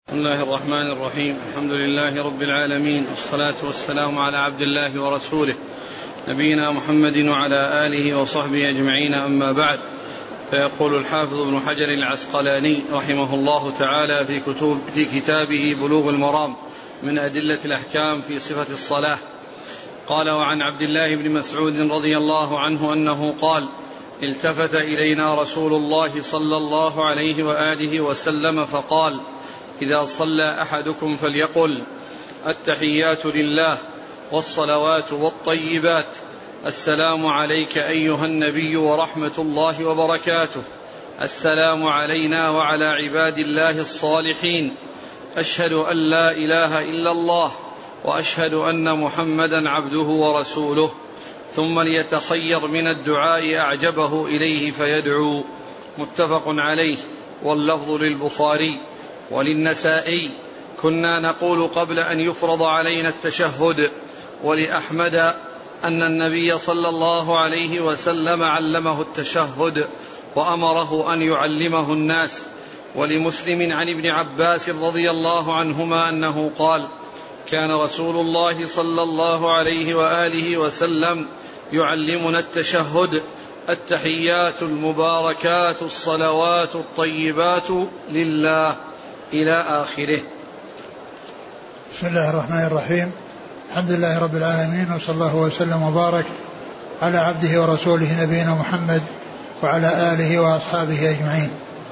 بسم الله الرحمن الرحيم. الحمد لله رب العالمين، والصلاة والسلام على عبد الله ورسوله نبينا محمد وعلى آله وصحبه أجمعين، أما بعد. فيقول الحافظ ابن حجر العسقلاني رحمه الله تعالى في كتابه بلوغ المرام من أدلة الأحكام في صفة الصلاة، قال: وعن عبد الله بن مسعود رضي الله عنه أنه قال: التفت إلينا رسول الله صلى الله عليه وآله وسلم فقال: إذا صلى أحدكم فليقل: التحيات لله والصلوات والطيبات، السلام عليك أيها النبي ورحمة الله وبركاته، السلام علينا وعلى عباد الله الصالحين، أشهد أن لا إله إلا الله وأشهد أن محمدا عبده ورسوله، ثم ليتخير من الدعاء أعجبه إليه فيدعو. متفق عليه، واللفظ للبخاري. وللنسائي: كنا نقول قبل أن يفرض علينا التشهد. ولأحمد أن النبي صلى الله عليه وسلم علمه التشهد وأمره أن يعلمه الناس. ولمسلم عن ابن عباس رضي الله عنهما أنه قال: كان رسول الله صلى الله عليه وآله وسلم يعلمنا التشهد: التحيات المباركات الصلوات الطيبات لله، إلى آخره. بسم الله الرحمن الرحيم. الحمد لله رب العالمين، وصلى الله وسلم وبارك على عبده ورسوله نبينا محمد وعلى آله وأصحابه أجمعين.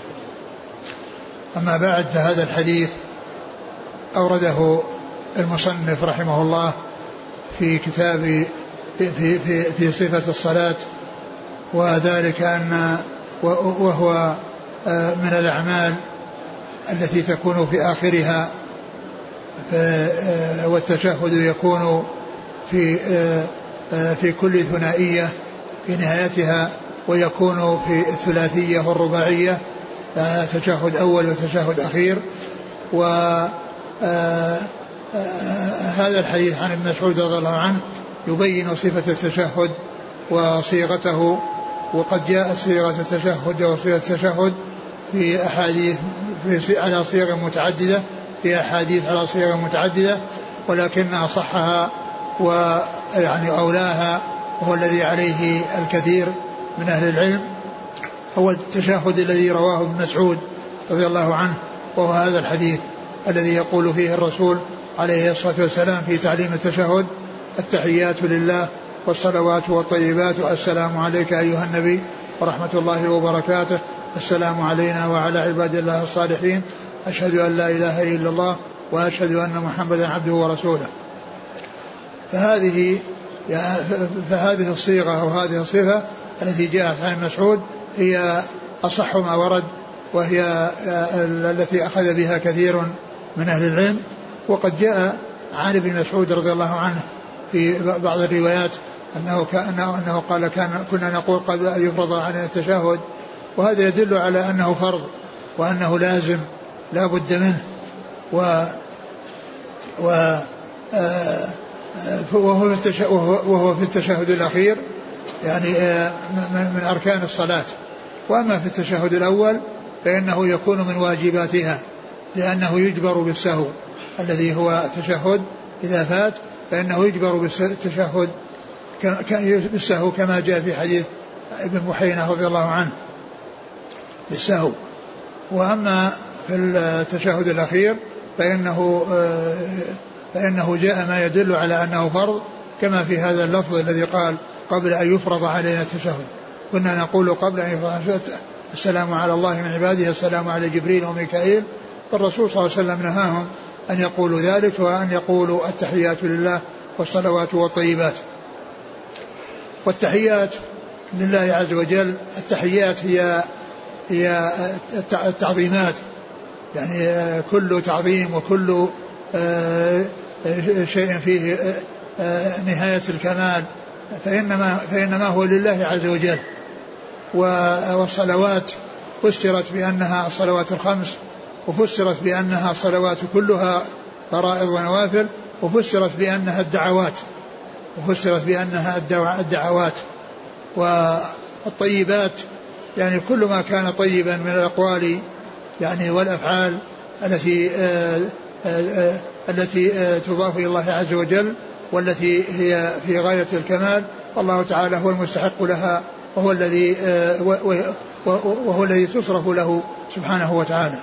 أما بعد، فهذا الحديث أورده المصنف رحمه الله في كتاب في صفة الصلاة، وذلك وهو من الأعمال التي تكون في آخرها، والتشهد يكون في كل ثنائية في نهايتها، ويكون في الثلاثية والرباعية، تشهد أول وتشهد أخير. وهذا الحديث عن ابن مسعود رضي الله عنه يبين صفة التشهد وصيغته، وقد جاء صيغة التشهد وصيغة التشهد في أحاديث على صيغ متعددة، في أحاديث على صيغ متعددة، ولكن أصحها ويعني أولاها وهو الذي عليه الكثير من أهل العلم هو التشهد الذي رواه ابن مسعود رضي الله عنه، وهو هذا الحديث الذي يقول فيه الرسول عليه الصلاة والسلام في تعليم التشهد: التحيات لله والصلوات والطيبات، السلام عليك أيها النبي ورحمة الله وبركاته، السلام علينا وعلى عباد الله الصالحين، أشهد أن لا إله إلا الله وأشهد أن محمدا عبده ورسوله. فهذه الصيغة وهذه الصفة التي جاءت عن مسعود هي أصح ما ورد، وهي التي أخذ بها كثير من أهل العلم. وقد جاء عن ابن مسعود رضي الله عنه في بعض الروايات أنه قال: كنا نقول قبل أن يفرض علينا التشهد، وهذا يدل على أنه فرض وأنه لازم لا بد منه، وهو في التشهد الأخير، يعني من أركان الصلاة. وأما في التشهد الأول فإنه يكون من واجباتها، لأنه يجبر بالسهو الذي هو التشهد إذا فات، فإنه يجبر بالتشهد بالسهو كما جاء في حديث ابن بحينة رضي الله عنه بالسهو. وأما في التشهد الأخير فإنه جاء ما يدل على أنه فرض، كما في هذا اللفظ الذي قال: قبل أن يفرض علينا التشهد. كنا نقول قبل أن يفرض السلام على الله من عباده، السلام على جبريل وميكائيل. فالرسول صلى الله عليه وسلم نهاهم أن يقولوا ذلك، وأن يقولوا التحيات لله والصلوات والطيبات. والتحيات لله عز وجل، التحيات هي التعظيمات، يعني كل تعظيم وكل شيء فيه نهاية الكمال فإنما هو لله عز وجل. والصلوات فسرت بأنها الصلوات الخمس، وفسرت بأنها الصلوات كلها فرائض ونوافل، وفسرت بأنها الدعوات. والطيبات يعني كل ما كان طيبا من الأقوال يعني والأفعال التي تضاف إلى الله عز وجل، والتي هي في غاية الكمال، والله تعالى هو المستحق لها، وهو الذي تصرف له سبحانه وتعالى.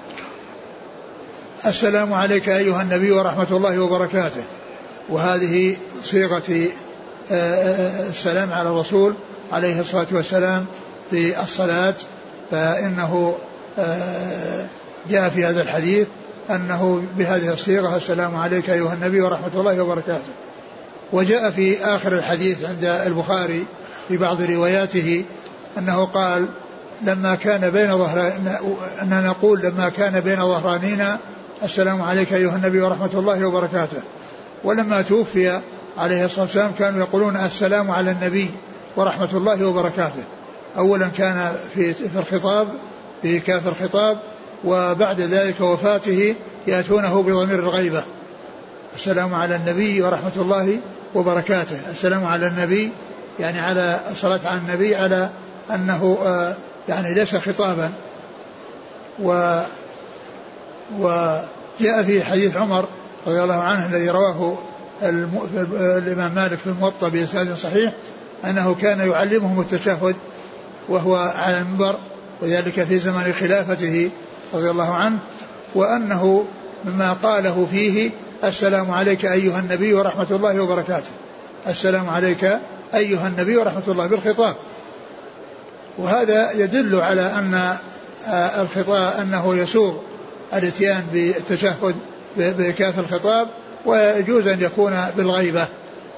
السلام عليك أيها النبي ورحمة الله وبركاته، وهذه صيغة السلام على الرسول عليه الصلاة والسلام في الصلاة، فإنه جاء في هذا الحديث أنه بهذه الصيغة السلام عليك أيها النبي ورحمة الله وبركاته. وجاء في آخر الحديث عند البخاري في بعض رواياته أنه قال لما كان بين ظهرانينا السلام عليك أيها النبي ورحمة الله وبركاته. ولما توفي عليه الصلاة والسلام كانوا يقولون السلام على النبي ورحمة الله وبركاته. أولا كان في الخطاب في كاف الخطاب، وبعد ذلك وفاته يأتونه بضمير الغيبة، السلام على النبي ورحمة الله وبركاته. السلام على النبي يعني على الصلاة على النبي، على أنه يعني ليس خطابا. وجاء في حديث عمر رضي الله عنه الذي رواه الإمام مالك في الموطأ بإسناد صحيح أنه كان يعلمهم التشهد وهو على المنبر، وذلك في زمن خلافته رضي الله عنه، وأنه مما قاله فيه السلام عليك أيها النبي ورحمة الله وبركاته، السلام عليك أيها النبي ورحمة الله بالخطاب. وهذا يدل على أن الخطاب أنه يسوغ الاتيان بالتشهد بكاف الخطاب، ويجوز أن يكون بالغيبة،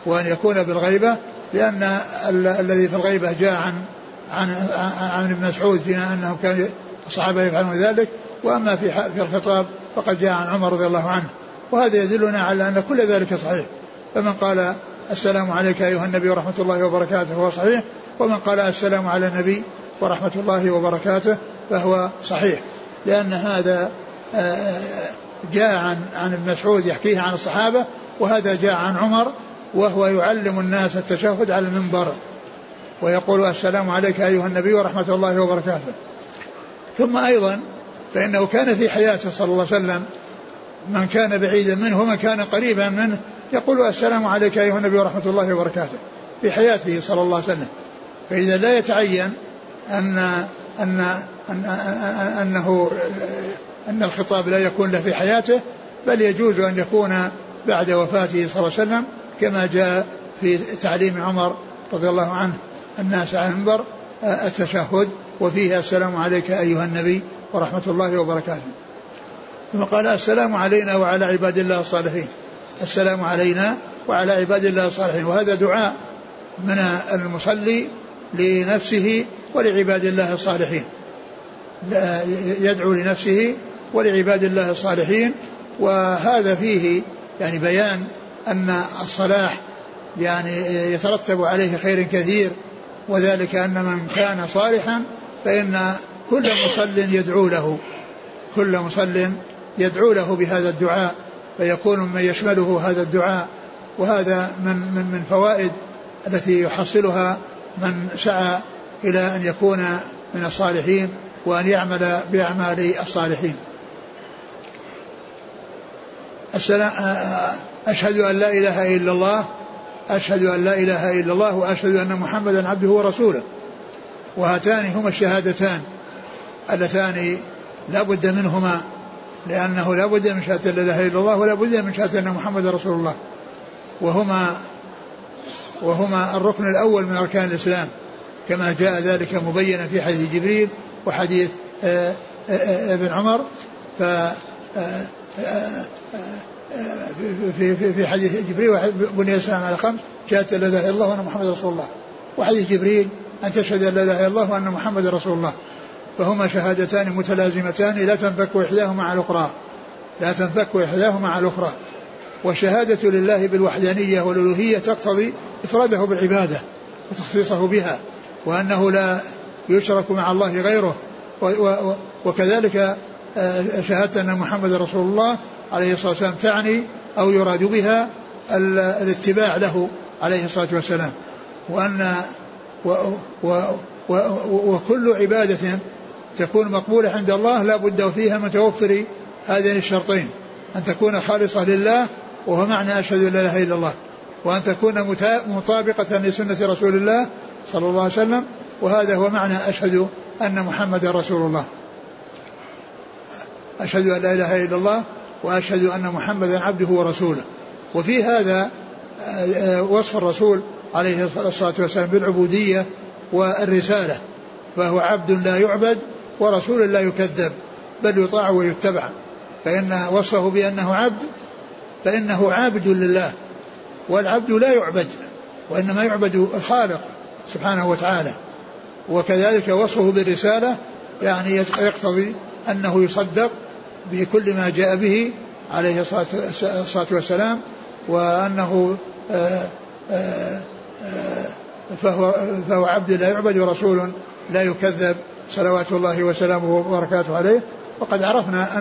لأن الذي في الغيبة جاء عن ابن مسعود فيما أنه كان الصحابة يفعلون ذلك، وأما في الخطاب فقد جاء عن عمر رضي الله عنه. وهذا يدلنا على أن كل ذلك صحيح، فمن قال السلام عليك أيها النبي ورحمة الله وبركاته هو صحيح، ومن قال السلام على النبي ورحمة الله وبركاته فهو صحيح، لأن هذا جاء عن ابن مسعود يحكيه عن الصحابة، وهذا جاء عن عمر وهو يعلم الناس التشهد على المنبر ويقول السلام عليك أيها النبي ورحمة الله وبركاته. ثم أيضا فإنه كان في حياته صلى الله عليه وسلم من كان بعيدا منه ومن كان قريبا منه يقول السلام عليك أيها النبي ورحمة الله وبركاته في حياته صلى الله عليه وسلم. فإذا لا يتعين أن الخطاب لا يكون له في حياته، بل يجوز أن يكون بعد وفاته صلى الله عليه وسلم، كما جاء في تعليم عمر رضي الله عنه الناس على المنبر التشهد وفيه السلام عليك أيها النبي ورحمة الله وبركاته. ثم قال السلام علينا وعلى عباد الله الصالحين، السلام علينا وعلى عباد الله الصالحين. وهذا دعاء من المصلي لنفسه ولعباد الله الصالحين، يدعو لنفسه ولعباد الله الصالحين. وهذا فيه يعني بيان أن الصلاح يعني يترتب عليه خير كثير، وذلك أن من كان صالحا فإن كل مصل يدعو له بهذا الدعاء، فيكون من يشمله هذا الدعاء. وهذا من فوائد التي يحصلها من سعى إلى أن يكون من الصالحين وأن يعمل بأعمال الصالحين. أشهد أن لا إله إلا الله، أشهد أن لا إله إلا الله وأشهد أن محمدا عبده ورسوله. وهاتان هما الشهادتان اللتان لا بد منهما، لأنه لا بد من شهادة لا إله إلا الله ولا بد من شهادة أن محمدا رسول الله، وهما الركن الأول من أركان الإسلام، كما جاء ذلك مبينا في حديث جبريل وحديث ابن عمر. في حديث جبريل بني الإسلام على 5: شهادة لا إله إلا الله وأن محمد رسول الله. وحديث جبريل أن تشهد أن لا إله إلا الله وأن محمد رسول الله. فهما شهادتان متلازمتان لا تنفك إحداهما على الأخرى. والشهادة لله بالوحدانية والألوهية تقتضي إفراده بالعبادة وتخصيصه بها، وأنه لا يشرك مع الله غيره. وكذلك شهادة أن محمد رسول الله عليه الصلاة والسلام تعني أو يراد بها الاتباع له عليه الصلاة والسلام. وكل عبادة تكون مقبولة عند الله لا بد فيها من توفر هذين الشرطين، أن تكون خالصة لله وهو معنى أشهد أن لا إله إلا الله، وأن تكون مطابقة لسنة رسول الله صلى الله عليه وسلم، وهذا هو معنى أشهد أن محمد رسول الله. أشهد أن لا إله إلا الله وأشهد أن محمدا عبده ورسوله. وفي هذا وصف الرسول عليه الصلاة والسلام بالعبودية والرسالة، فهو عبد لا يعبد ورسول لا يكذب بل يطاع ويتبع، فإن وصفه بأنه عبد فإنه عابد لله، والعبد لا يعبد وإنما يعبد الخالق سبحانه وتعالى. وكذلك وصفه بالرسالة يعني يقتضي أنه يصدق بكل ما جاء به عليه الصلاة والسلام، وأنه فهو عبد لا يعبد ورسول لا يكذب صلوات الله وسلامه وبركاته عليه. وقد عرفنا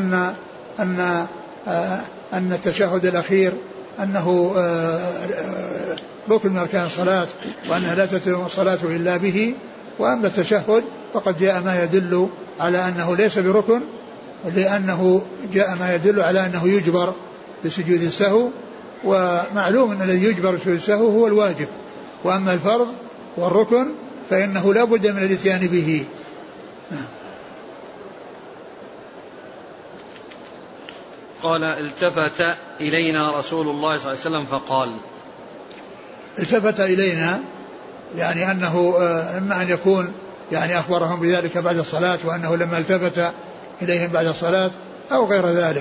أن التشهد الأخير أنه ركن من أركان الصلاة، وأنها لا تتم الصلاة إلا به. وأما التشهد فقد جاء ما يدل على أنه ليس بركن، لأنه جاء ما يدل على أنه يجبر بسجود السهو، ومعلوم أن الذي يجبر بسجود السهو هو الواجب، وأما الفرض والركن فإنه لا بد من الاتيان به. قال التفت إلينا رسول الله صلى الله عليه وسلم فقال. التفت إلينا يعني أنه إما أن يكون يعني أخبرهم بذلك بعد الصلاة، وأنه لما التفت إليهم بعد الصلاة أو غير ذلك.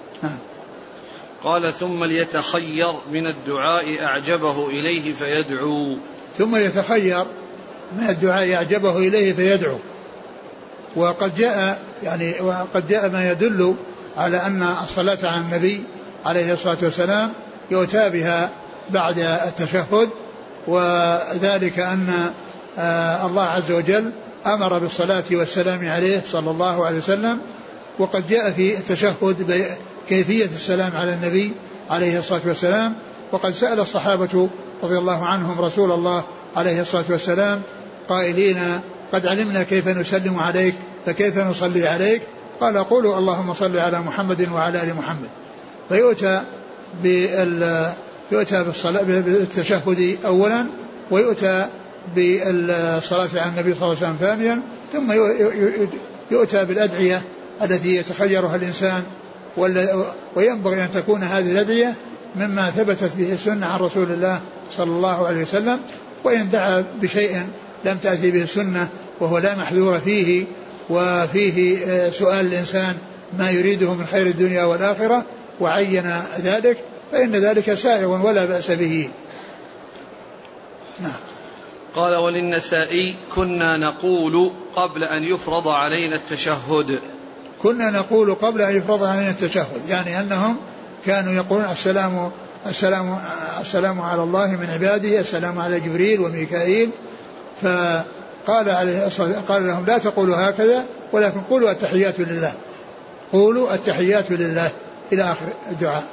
قال ثم ليتخير من الدعاء أعجبه إليه فيدعو. ثم يتخير من الدعاء أعجبه إليه فيدعو. وقد جاء ما يدل على أن الصلاة على النبي عليه الصلاة والسلام يؤتى بها بعد التشهد، وذلك أن الله عز وجل أمر بالصلاة والسلام عليه صلى الله عليه وسلم. وقد جاء في التشهد كيفية السلام على النبي عليه الصلاة والسلام، وقد سأل الصحابة رضي الله عنهم رسول الله عليه الصلاة والسلام قائلين قد علمنا كيف نسلم عليك فكيف نصلي عليك؟ قال قولوا اللهم صل على محمد وعلى آل محمد. فيؤتى بالتشهد أولا، ويؤتى بالصلاة على النبي صلى الله عليه وسلم ثانيا، ثم يؤتى بالأدعية التي يتخيرها الإنسان. وينبغي أن تكون هذه الأدعية مما ثبتت به السنة عن رسول الله صلى الله عليه وسلم. وإن دعا بشيء لم تأتي به السنة وهو لا محذور فيه، وفيه سؤال الإنسان ما يريده من خير الدنيا والآخرة وعين ذلك، فإن ذلك سائغ ولا بأس به. قال وللنسائي كنا نقول قبل أن يفرض علينا التشهد. كنا نقول قبل أن يفرض علينا التشهد، يعني أنهم كانوا يقولون السلام على الله من عباده، السلام على جبريل وميكائيل. قال لهم لا تقولوا هكذا، ولكن قولوا التحيات لله، قولوا التحيات لله إلى آخر الدعاء،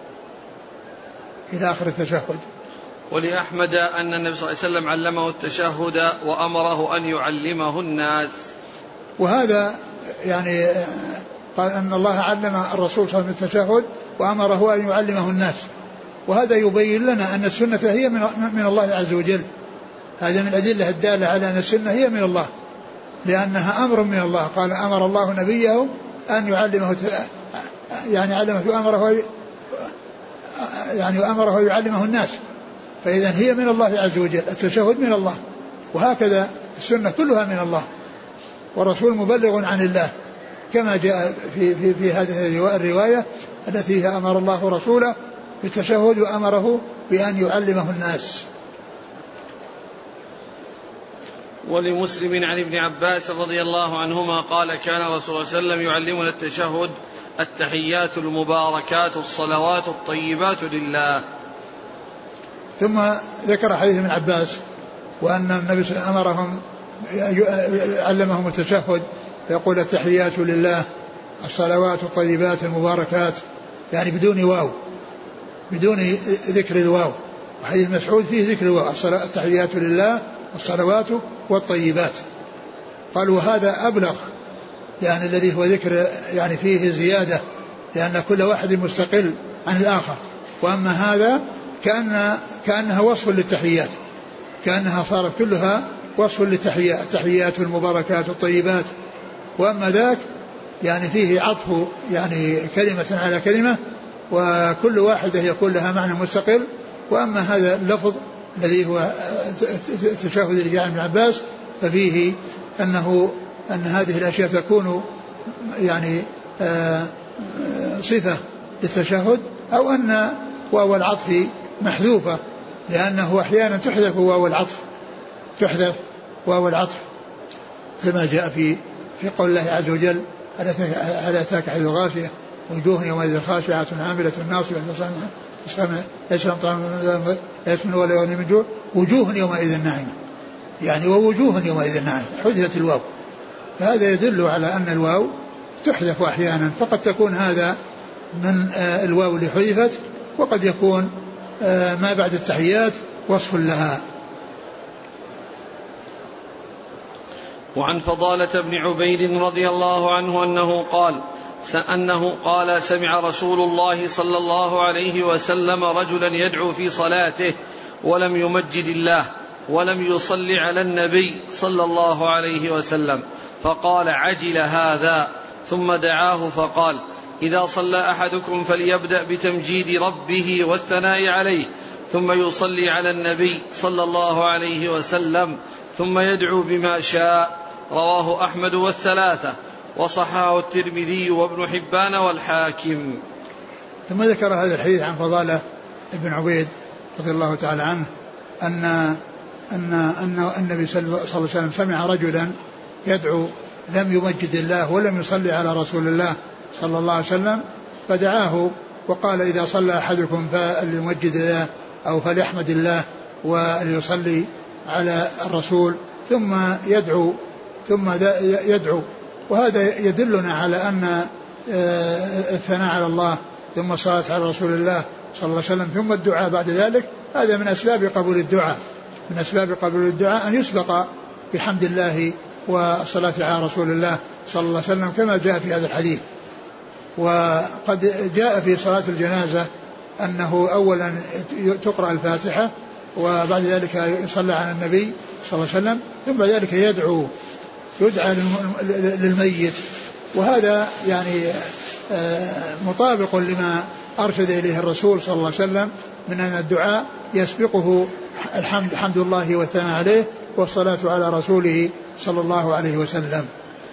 إلى آخر التشهد. ولأحمد أن النبي صلى الله عليه وسلم علمه التشهد وأمره أن يعلمه الناس. وهذا يعني قال أن الله علم الرسول صلى الله عليه وسلم التشهد وأمره أن يعلمه الناس، وهذا يبين لنا أن السنة هي من الله عز وجل. هذا من الأدلة الدالة على أن السنة هي من الله، لأنها أمر من الله. قال أمر الله نبيه أن يعلمه، يعني علمه أمره يعلمه الناس، فإذا هي من الله عز وجل، التشهد من الله، وهكذا السنة كلها من الله، والرسول مبلغ عن الله كما جاء في هذه الرواية التي أمر الله رسوله بالتشهد وأمره بأن يعلمه الناس. ولمسلم عن ابن عباس رضي الله عنهما قال كان رسول الله صلى الله عليه وسلم يعلمنا التشهد التحيات المباركات الصلوات الطيبات لله. ثم ذكر حديث ابن عباس وأن النبي صلى الله عليه وسلم أمرهم علمهم التشهد، يقول التحيات لله الصلوات الطيبات المباركات، يعني بدون واو، بدون ذكر الواو. وحديث مسعود فيه ذكر الواو، التحيات لله الصلوات والطيبات. قالوا هذا أبلغ، يعني الذي هو ذكر يعني فيه زيادة، لأن كل واحد مستقل عن الآخر. وأما هذا كأنها وصف للتحيات، كأنها صارت كلها وصف للتحيات، التحيات والمباركات والطيبات. وأما ذاك يعني فيه عطف يعني كلمة على كلمة، وكل واحدة يكون لها معنى مستقل. وأما هذا اللفظ الذي هو التشهد اللي جاء من عباس ففيه أن هذه الأشياء تكون يعني صفة للتشهد، أو أن واو العطف محذوفة، لأنه أحيانا تحذف واو العطف كما جاء في قول الله عز وجل: ألا أتاك حديث الغاشية وجوه يومئذ خاشعة عاملة ناصبة يصلى طعام لا يسمن ولا يغني من جوع وجوه يومئذ ناعمة، يعني ووجوه يومئذ ناعمة حذفت الواو. فهذا يدل على أن الواو تحذف أحيانا، فقد تكون هذا من الواو اللي حذفت، وقد يكون ما بعد التحيات وصف لها. وعن فضالة بن عبيد رضي الله عنه أنه قال سمع رسول الله صلى الله عليه وسلم رجلا يدعو في صلاته ولم يمجد الله ولم يصلي على النبي صلى الله عليه وسلم، فقال: عجل هذا. ثم دعاه فقال: إذا صلى أحدكم فليبدأ بتمجيد ربه والثناء عليه، ثم يصلي على النبي صلى الله عليه وسلم، ثم يدعو بما شاء. رواه أحمد والثلاثة، وصححه الترمذي وابن حبان والحاكم. ثم ذكر هذا الحديث عن فضالة بن عبيد رضي الله تعالى عنه أن النبي صلى الله عليه وسلم سمع رجلا يدعو لم يمجد الله ولم يصلي على رسول الله صلى الله عليه وسلم، فدعاه وقال: إذا صلى أحدكم فليمجد الله أو فليحمد الله وليصلي على الرسول ثم يدعو. وهذا يدلنا على أن الثناء على الله ثم الصلاة على رسول الله صلى الله عليه وسلم ثم الدعاء بعد ذلك، هذا من أسباب قبول الدعاء، أن يسبق بحمد الله والصلاة على رسول الله صلى الله عليه وسلم كما جاء في هذا الحديث. وقد جاء في صلاة الجنازة أنه أولا تقرأ الفاتحة وبعد ذلك يصلى على النبي صلى الله عليه وسلم، ثم بعد ذلك يدعى للميت. وهذا يعني مطابق لما أرشد إليه الرسول صلى الله عليه وسلم من أن الدعاء يسبقه حمد الله والثناء عليه والصلاة على رسوله صلى الله عليه وسلم.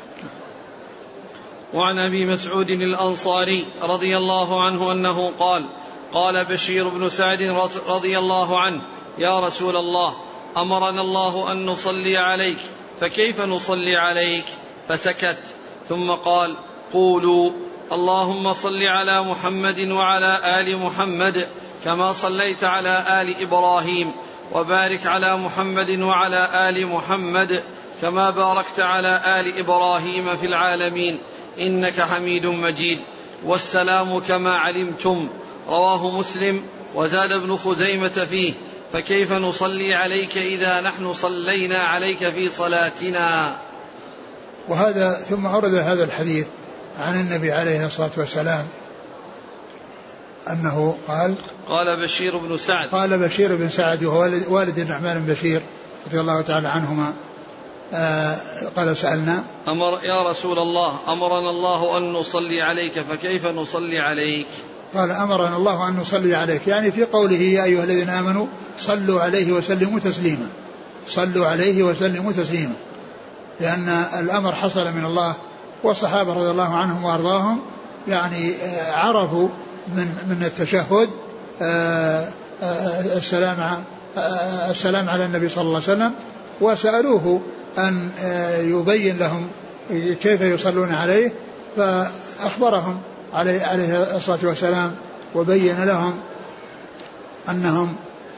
وعن أبي مسعود الأنصاري رضي الله عنه أنه قال بشير بن سعد رضي الله عنه: يا رسول الله، أمرنا الله أن نصلي عليك، فكيف نصلي عليك؟ فسكت، ثم قال: قولوا: اللهم صل على محمد وعلى آل محمد كما صليت على آل إبراهيم، وبارك على محمد وعلى آل محمد كما باركت على آل إبراهيم في العالمين إنك حميد مجيد، والسلام كما علمتم. رواه مسلم. وزاد ابن خزيمة فيه: فكيف نصلي عليك إذا نحن صلينا عليك في صلاتنا. وهذا ثم أورد هذا الحديث عن النبي عليه الصلاة والسلام أنه قال بشير بن سعد وهو والد النعمان بن بشير رضي الله تعالى عنهما، قال: سألنا يا رسول الله، أمرنا الله أن نصلي عليك، فكيف نصلي عليك؟ قال: أمرنا الله أن نصلي عليك، يعني في قوله: يا أيها الذين آمنوا صلوا عليه وسلموا تسليما، لأن الأمر حصل من الله، والصحابة رضي الله عنهم وأرضاهم يعني عرفوا من التشهد السلام على النبي صلى الله عليه وسلم، وسألوه أن يبين لهم كيف يصلون عليه، فأخبرهم عليه الصلاة والسلام وبين لهم أنهم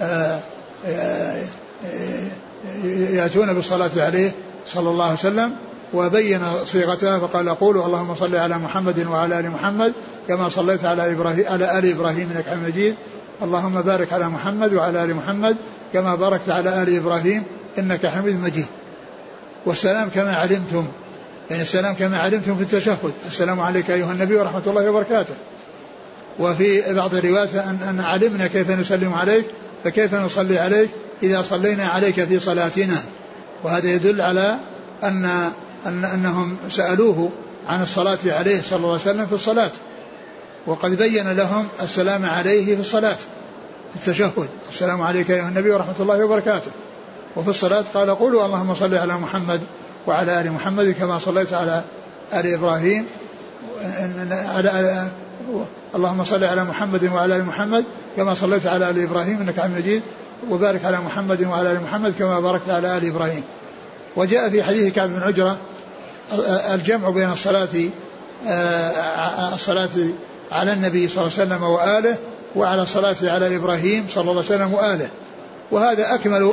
يأتون بالصلاة عليه صلى الله عليه وسلم، وبين صيغتها فقال: قولوا: اللهم صل على محمد وعلى آل محمد كما صليت على آل إبراهيم إنك حميد مجيد، اللهم بارك على محمد وعلى آل محمد كما باركت على آل إبراهيم إنك حميد مجيد. والسلام كما علمتم، يعني السلام كما علمتم في التشهد: السلام عليك أيها النبي ورحمة الله وبركاته. وفي بعض الروايات أن علمنا كيف نسلم عليك فكيف نصلي عليك إذا صلينا عليك في صلاتنا. وهذا يدل على أنهم سألوه عن الصلاة عليه صلى الله عليه وسلم في الصلاة، وقد بين لهم السلام عليه في الصلاة في التشهد: السلام عليك أيها النبي ورحمة الله وبركاته. وفي الصلاة قال: قولوا اللهم صل على محمد وعلى آل محمد كما صليت على آل إبراهيم اللهم صل على محمد وعلى آل محمد كما صليت على آل إبراهيم إنك حميد مجيد، وبارك على محمد وعلى آل محمد كما باركت على آل إبراهيم. وجاء في حديث كعب بن عجرة الجمع بين الصلاة على النبي صلى الله عليه وسلم وآله وعلى الصلاة على إبراهيم صلى الله عليه وسلم وآله، وهذا أكمل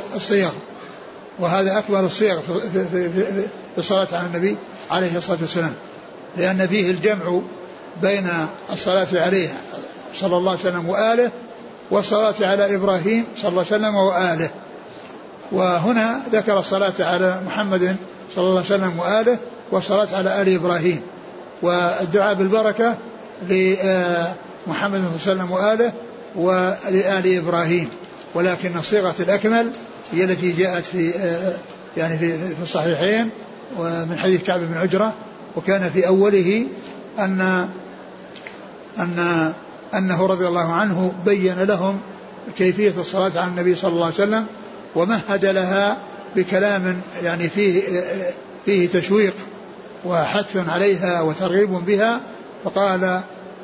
الصيغ في الصلاة على النبي عليه الصلاة والسلام، لأن فيه الجمع بين الصلاة عليه صلى الله عليه وسلم وآله والصلاة على إبراهيم صلى الله عليه وسلم وآله. وهنا ذكر الصلاة على محمد صلى الله عليه وسلم وآله والصلاة على آل إبراهيم، والدعاء بالبركة لمحمد صلى الله عليه وسلم وآله ولآل إبراهيم. ولكن الصيغة الأكمل هي التي جاءت في الصحيحين ومن حديث كعب بن عجرة، وكان في أوله أنه رضي الله عنه بين لهم كيفية الصلاة على النبي صلى الله عليه وسلم، ومهد لها بكلام يعني فيه تشويق وحث عليها وترغيب بها. فقال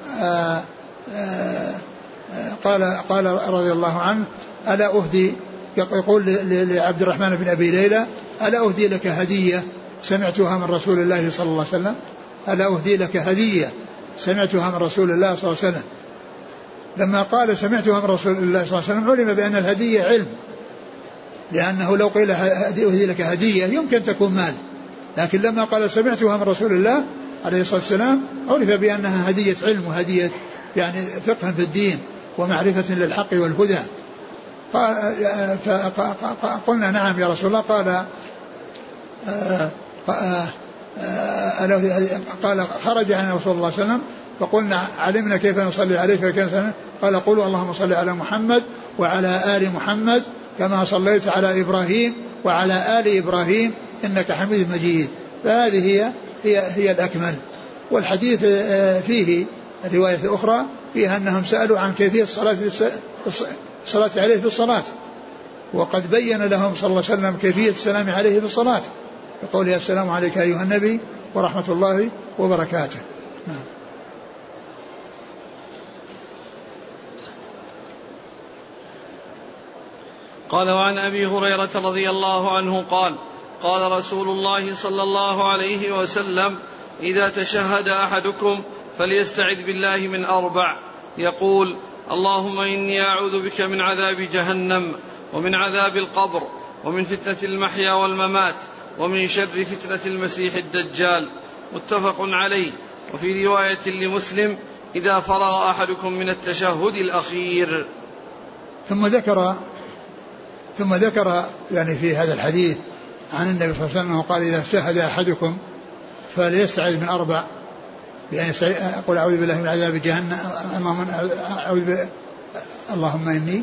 قال رضي الله عنه: ألا أهدي، يقول لعبد الرحمن بن أبي ليلى: ألا أهدي لك هدية سمعتها من رسول الله صلى الله عليه وسلم؟ ألا أهدي لك هدية سمعتها من رسول الله صلى الله عليه وسلم. لما قال سمعتها من رسول الله صلى الله عليه وسلم علم بأن الهدية علم، لأنه لو قيل أهدي لك هدية يمكن تكون مال، لكن لما قال سمعتها من رسول الله عليه الصلاة والسلام عرف بأنها هدية علم وهدية يعني فقه في الدين ومعرفة للحق والهدى. فقلنا: نعم يا رسول الله. قال خرج عن رسول الله صلى الله عليه وسلم فقلنا: علمنا كيف نصلي عليك وكيف نصلي. قال: قولوا اللهم صل على محمد وعلى آل محمد كما صليت على إبراهيم وعلى آل إبراهيم إنك حميد مجيد. فهذه هي الأكمل. والحديث فيه الرواية الأخرى فيها أنهم سألوا عن كيفية الصلاة عليه في الصلاة، وقد بين لهم صلى الله عليه وسلم كيفية السلام عليه في الصلاة بقوله: السلام عليك أيها النبي ورحمة الله وبركاته. نعم. قال: وعن أبي هريرة رضي الله عنه قال: قال رسول الله صلى الله عليه وسلم: إذا تشهد أحدكم فليستعذ بالله من 4 يقول: اللهم إني أعوذ بك من عذاب جهنم ومن عذاب القبر ومن فتنة المحيا والممات ومن شر فتنة المسيح الدجال. متفق عليه. وفي رواية لمسلم: إذا فرغ أحدكم من التشهد الأخير. ثم ذكر يعني في هذا الحديث عن النبي صلى الله عليه وسلم قال: إذا شهد أحدكم فليستعذ من 4، يعني أقول: أعوذ بالله من عذاب جهنم، اللهم إني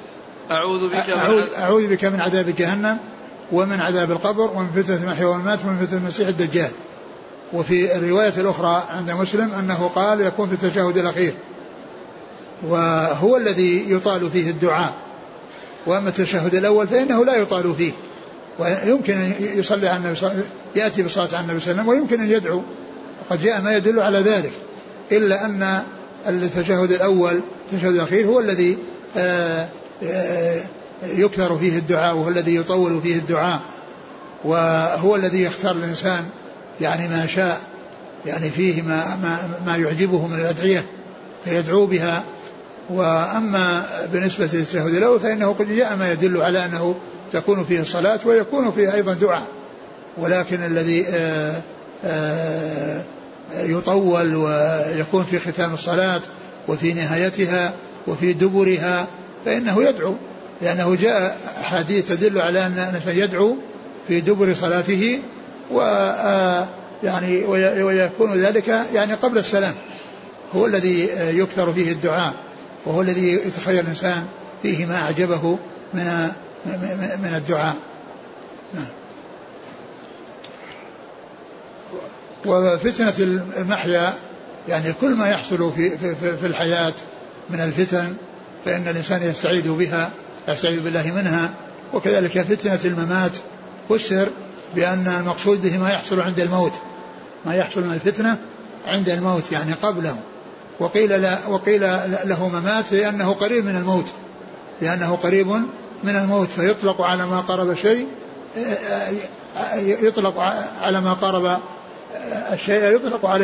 أعوذ بك من عذاب جهنم ومن عذاب القبر ومن فتنة المحيا والممات ومن فتنة المسيح الدجال. وفي الرواية الأخرى عند مسلم أنه قال: يكون في التشهد الأخير، وهو الذي يطال فيه الدعاء، وأما التشهد الأول فإنه لا يطال فيه، ويمكن أن يصلي على النبي يأتي بالصلاة على النبي صلى الله عليه وسلم، ويمكن أن يدعو، وقد جاء ما يدل على ذلك، إلا أن التشهد الأول التشهد الأخير هو الذي يكثر فيه الدعاء، وهو الذي يطول فيه الدعاء، وهو الذي يختار الإنسان يعني ما شاء، يعني فيه ما يعجبه من الأدعية فيدعو بها. وأما بالنسبة للتشهد الأول فإنه قد جاء ما يدل على أنه تكون فيه الصلاة ويكون فيه أيضا دعاء، ولكن الذي يطول ويكون في ختام الصلاة وفي نهايتها وفي دبرها فإنه يدعو، لأنه جاء حديث تدل على أن يدعو في دبر صلاته، ويعني ويكون ذلك يعني قبل السلام، هو الذي يكثر فيه الدعاء، وهو الذي يتخير الإنسان فيه ما أعجبه من الدعاء. وفتنة المحيا يعني كل ما يحصل في الحياة من الفتن فإن الإنسان يستعيذ بالله منها. وكذلك فتنة الممات فسر بأن المقصود به ما يحصل عند الموت، ما يحصل من الفتنة عند الموت يعني قبله. وقيل له ممات لأنه قريب من الموت، فيطلق على ما قرب شيء، يطلق على ما قرب الشيء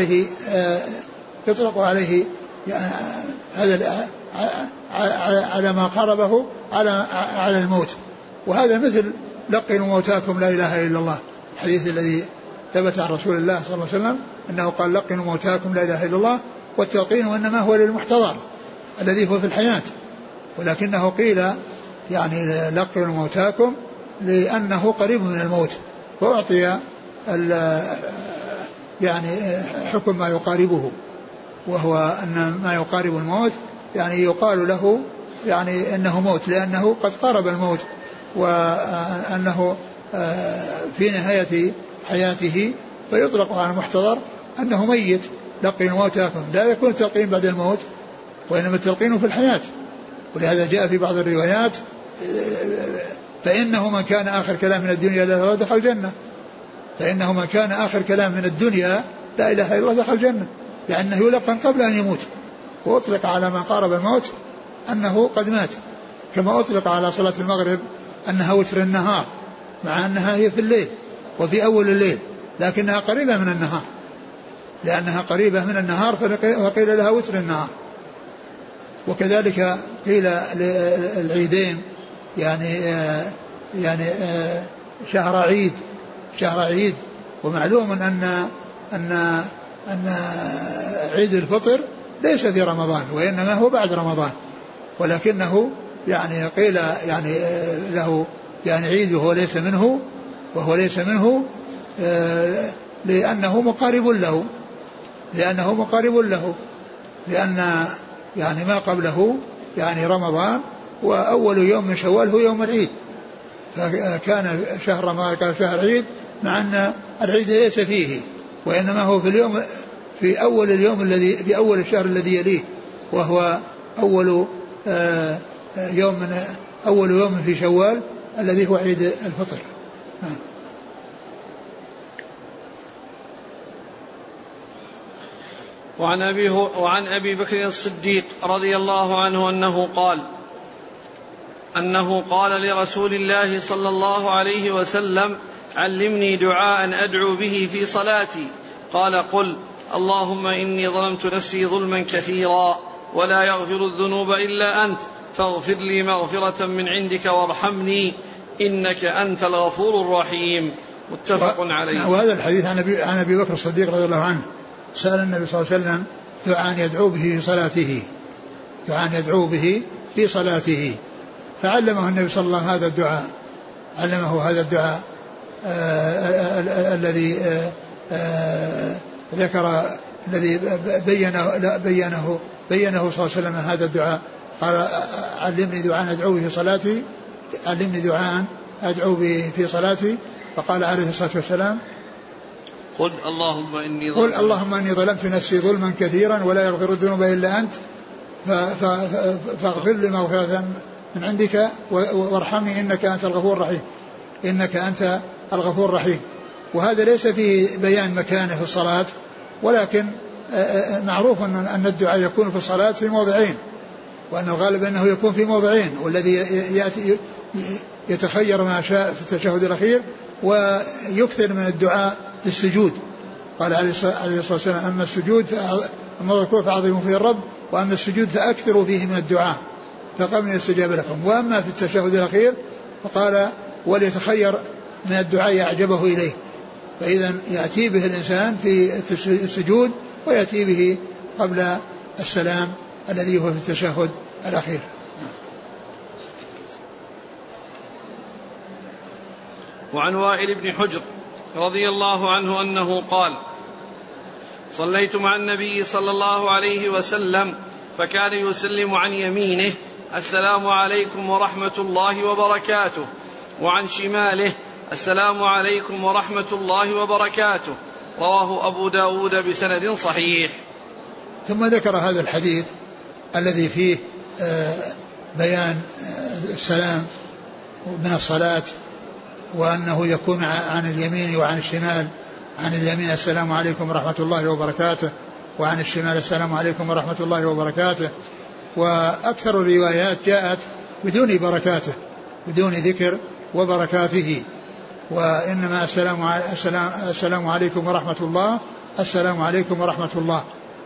يطلق عليه هذا على ما قربه على الموت. وهذا مثل لقنوا موتاكم لا إله إلا الله، الحديث الذي ثبت عن رسول الله صلى الله عليه وسلم أنه قال لقنوا موتاكم لا إله إلا الله. والتلقين إنما هو للمحتضر الذي هو في الحياة، ولكنه قيل يعني لقنوا موتاكم لأنه قريب من الموت، فأعطي يعني حكم ما يقاربه، وهو أن ما يقارب الموت يعني يقال له يعني أنه موت لأنه قد قارب الموت، وأنه في نهاية حياته، فيطلق على المحتضر أنه ميت. لقنوا موتاكم لا يكون التلقين بعد الموت، وإنما التلقين في الحياة. ولهذا جاء في بعض الروايات فإنه من كان آخر كلام من الدنيا لا إله إلا الله دخل الجنة، فإنه من كان آخر كلام من الدنيا لا إله إلا الله دخل الجنة، لأنه يلقن قبل أن يموت. وأطلق على من قارب الموت أنه قد مات، كما أطلق على صلاة المغرب أنها وتر النهار، مع أنها هي في الليل وفي أول الليل، لكنها قريبة من النهار، لأنها قريبة من النهار فقيل لها وتر النهار. وكذلك قيل للعيدين يعني شهر عيد. ومعلوم أن عيد الفطر ليس في رمضان وإنما هو بعد رمضان، ولكنه يعني قيل يعني له يعني عيد وهو ليس منه لأنه مقارب له، لأن يعني ما قبله يعني رمضان، وأول يوم من شوال هو يوم العيد، فكان شهر رمضان كان شهر عيد، مع أن العيد ليس فيه، وإنما هو في أول الشهر الذي يليه، وهو أول يوم في شوال الذي هو عيد الفطر. وعن أبي بكر الصديق رضي الله عنه أنه قال لرسول الله صلى الله عليه وسلم: علمني دعاء أدعو به في صلاتي. قال: قل اللهم إني ظلمت نفسي ظلما كثيرا ولا يغفر الذنوب إلا أنت فاغفر لي مغفرة من عندك وارحمني إنك أنت الغفور الرحيم. متفق عليه. وهذا الحديث عن أبي بكر الصديق رضي الله عنه سأل النبي صلى الله عليه وسلم دعاء يدعو به في صلاته، فعلمه النبي صلى الله عليه وسلم هذا الدعاء الذي ذكر، الذي بينه صلى الله عليه وسلم هذا الدعاء. قال: علمني دعاء أدعو به في صلاتي. فقال عليه الصلاة والسلام: قل اللهم إني ظلمت نفسي ظلما كثيرا ولا يغفر الذنوب إلا أنت فاغفر لي مغفرة من عندك وارحمني إنك أنت الغفور الرحيم. وهذا ليس فيه بيان مكانه في الصلاة، ولكن معروف أن الدعاء يكون في الصلاة في موضعين، وأن الغالب أنه يكون في موضعين، والذي يأتي يتخير ما شاء في التشهد الأخير، ويكثر من الدعاء في السجود. قال عليه الصلاة والسلام: أما السجود فعظموا فيه الرب، وأما السجود فأكثروا فيه من الدعاء فقبل يستجاب لكم. وأما في التشهد الأخير فقال: وليتخير من الدعاء أعجبه إليه. فإذا يأتي به الإنسان في السجود، ويأتي به قبل السلام الذي هو في التشهد الأخير. وعن وائل بن حجر رضي الله عنه أنه قال: صليت مع النبي صلى الله عليه وسلم فكان يسلم عن يمينه السلام عليكم ورحمة الله وبركاته، وعن شماله السلام عليكم ورحمة الله وبركاته. رواه أبو داود بسند صحيح. ثم ذكر هذا الحديث الذي فيه بيان السلام من الصلاة، وأنه يكون عن اليمين وعن الشمال. عن اليمين السلام عليكم ورحمة الله وبركاته، وعن الشمال السلام عليكم ورحمة الله وبركاته. وأكثر الروايات جاءت بدون بركاته، بدون ذكر وبركاته، وإنما السلام عليكم ورحمة الله، السلام عليكم ورحمة الله.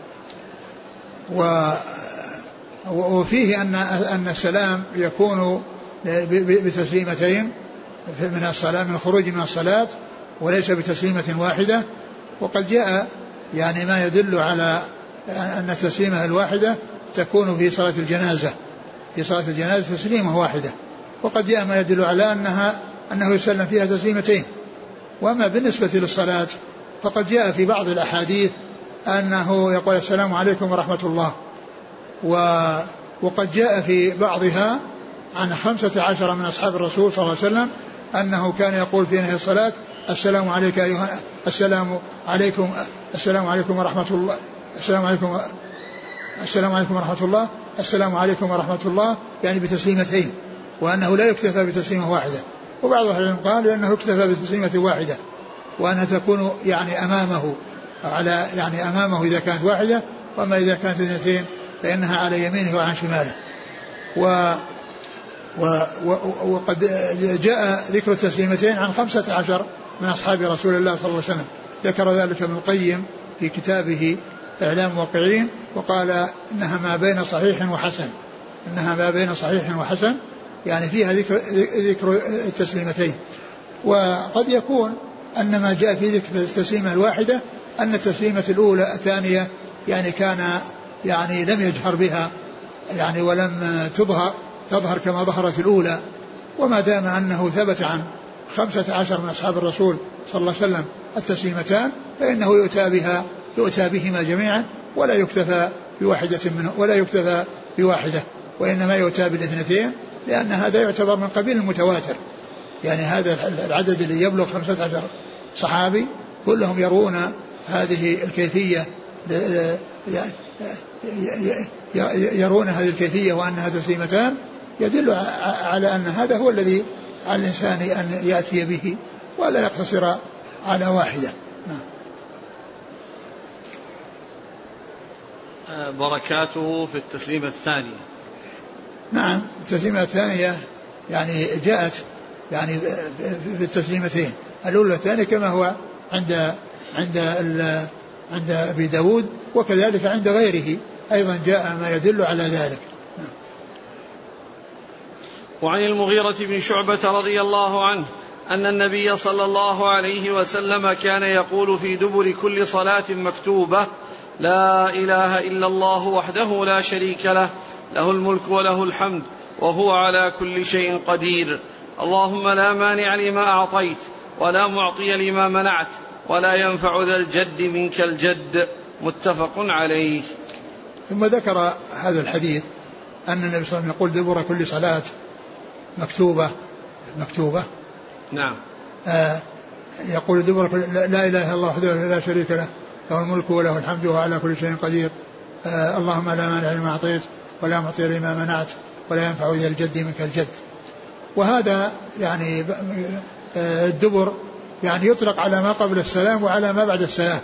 وفيه أن السلام يكون بتسليمتين من الصلاة، من الخروج من الصلاة، وليس بتسليمة واحدة. وقد جاء يعني ما يدل على أن التسليمة الواحدة تكون في صلاة الجنازة، في صلاة الجنازة تسليمة واحدة، وقد جاء ما يدل على أنه يسلم فيها تسليمتين. وأما بالنسبة للصلاة فقد جاء في بعض الأحاديث أنه يقول السلام عليكم ورحمة الله، وقد جاء في بعضها عن 15 من أصحاب الرسول صلى الله عليه وسلم أنه كان يقول في نهاية الصلاة السلام عليك أيها السلام عليكم ورحمة الله، السلام عليكم ورحمة الله، السلام عليكم ورحمة الله، يعني بتسليمتين، وأنه لا يكتفى بتسليمة واحدة. وبعض العلماء قال أنه يكتفى بتسليمة واحدة، وأنها تكون يعني أمامه، على يعني أمامه إذا كانت واحدة، وأما إذا كانت اثنتين فإنها على يمينه وعن شماله. وقد جاء ذكر التسليمتين عن 15 من أصحاب رسول الله صلى الله عليه وسلم، ذكر ذلك ابن القيم في كتابه إعلام الموقعين، وقال إنها ما بين صحيح وحسن، إنها ما بين صحيح وحسن، يعني فيها ذكر التسليمتين. وقد يكون أن ما جاء في ذكر التسليمة الواحدة أن التسليمة الأولى الثانية يعني كان يعني لم يجهر بها، يعني ولم تظهر كما ظهرت الأولى. وما دام أنه ثبت عن 15 من أصحاب الرسول صلى الله عليه وسلم التسليمتان فإنه يؤتى بهما جميعا، ولا يكتفى بواحدة منه، ولا يكتفى بواحدة، وإنما يؤتى بالاثنتين، لأن هذا يعتبر من قبيل المتواتر. يعني هذا العدد اللي يبلغ 15 صحابي كلهم يرون هذه الكيفية، يرون هذه الكيفية وأنها تسليمتان، يدل على أن هذا هو الذي على الإنسان أن يأتي به ولا يقتصر على واحدة. بركاته في التسليمة الثانية. نعم، التسليمة الثانية يعني جاءت يعني في التسليمتين الأولى والثانية كما هو عند أبي داود، وكذلك عند غيره أيضا جاء ما يدل على ذلك. وعن المغيرة بن شعبة رضي الله عنه أن النبي صلى الله عليه وسلم كان يقول في دبر كل صلاة مكتوبة: لا إله إلا الله وحده لا شريك له، له الملك وله الحمد وهو على كل شيء قدير، اللهم لا مانع لما أعطيت ولا معطي لما منعت ولا ينفع ذا الجد منك الجد. متفق عليه. ثم ذكر هذا الحديث أن النبي صلى الله عليه وسلم يقول دبر كل صلاة مكتوبة. نعم. يقول دبر لا إله إلا الله وحده لا شريك له، له الملك وله الحمد وهو على كل شيء قدير، اللهم لا مانع لما أعطيت ولا معطي لما منعت ولا ينفع ذا الجد منك الجد. وهذا يعني الدبر يعني يطلق على ما قبل السلام وعلى ما بعد السلام،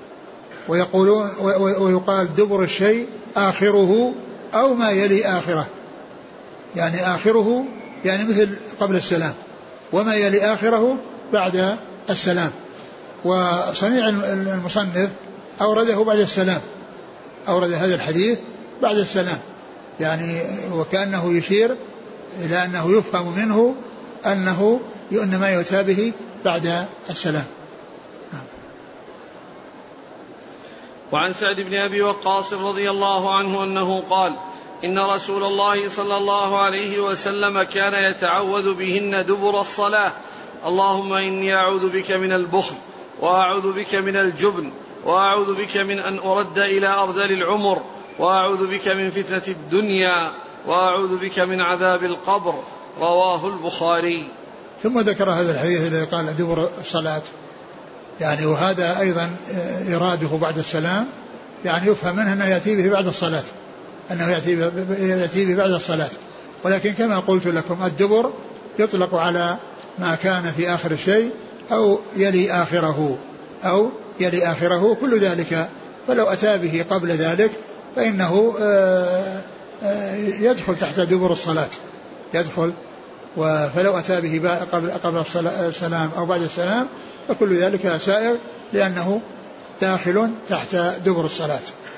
ويقال دبر الشيء آخره أو ما يلي آخره، يعني آخره يعني مثل قبل السلام، وما يلي آخره بعد السلام. وصنيع المصنف أورده بعد السلام، أورد هذا الحديث بعد السلام، يعني وكأنه يشير إلى أنه يفهم منه أنه إنما يؤتى به بعد السلام. وعن سعد بن أبي وقاص رضي الله عنه أنه قال: إن رسول الله صلى الله عليه وسلم كان يتعوذ بهن دبر الصلاة: اللهم إني أعوذ بك من البخل، وأعوذ بك من الجبن، وأعوذ بك من أن أرد إلى أرذل العمر، وأعوذ بك من فتنة الدنيا، وأعوذ بك من عذاب القبر. رواه البخاري. ثم ذكر هذا الحديث الذي قال دبر الصلاة، يعني وهذا أيضا إراده بعد السلام، يعني يفهم منه أنه يأتي به بعد الصلاة، أنه يأتي به بعد الصلاة. ولكن كما قلت لكم الدبر يطلق على ما كان في آخر الشيء أو يلي آخره كل ذلك. فلو أتى به قبل ذلك فإنه يدخل تحت دبر الصلاة، يدخل. فلو أتى به قبل السلام أو بعد السلام فكل ذلك سائغ، لأنه داخل تحت دبر الصلاة.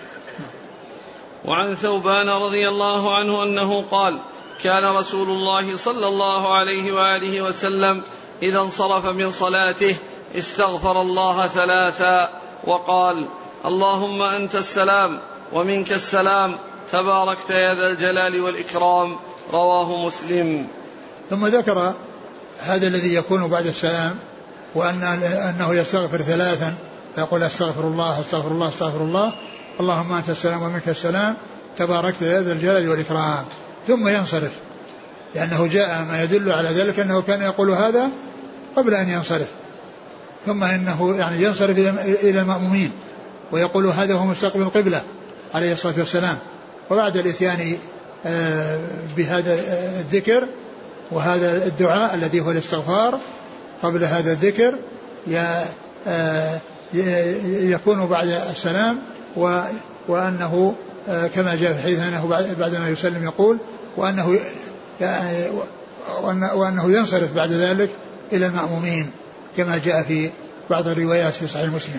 وعن ثوبان رضي الله عنه أنه قال: كان رسول الله صلى الله عليه وآله وسلم إذا انصرف من صلاته استغفر الله 3 وقال: اللهم أنت السلام ومنك السلام تباركت يا ذا الجلال والإكرام. رواه مسلم. ثم ذكر هذا الذي يكون بعد السلام، وأنه يستغفر 3 فيقول: استغفر الله استغفر الله استغفر الله، اللهم أنت السلام ومنك السلام تباركت يا ذا الجلال والإكرام، ثم ينصرف، لأنه جاء ما يدل على ذلك أنه كان يقول هذا قبل أن ينصرف، ثم إنه يعني ينصرف إلى المأمومين ويقول هذا هو مستقبل القبلة عليه الصلاة والسلام. وبعد الإتيان بهذا الذكر وهذا الدعاء الذي هو الاستغفار قبل هذا الذكر يكون بعد السلام، وأنه كما جاء في الحديث أنه بعدما يسلم يقول وأنه ينصرف بعد ذلك إلى المأمومين كما جاء في بعض الروايات في صحيح مسلم.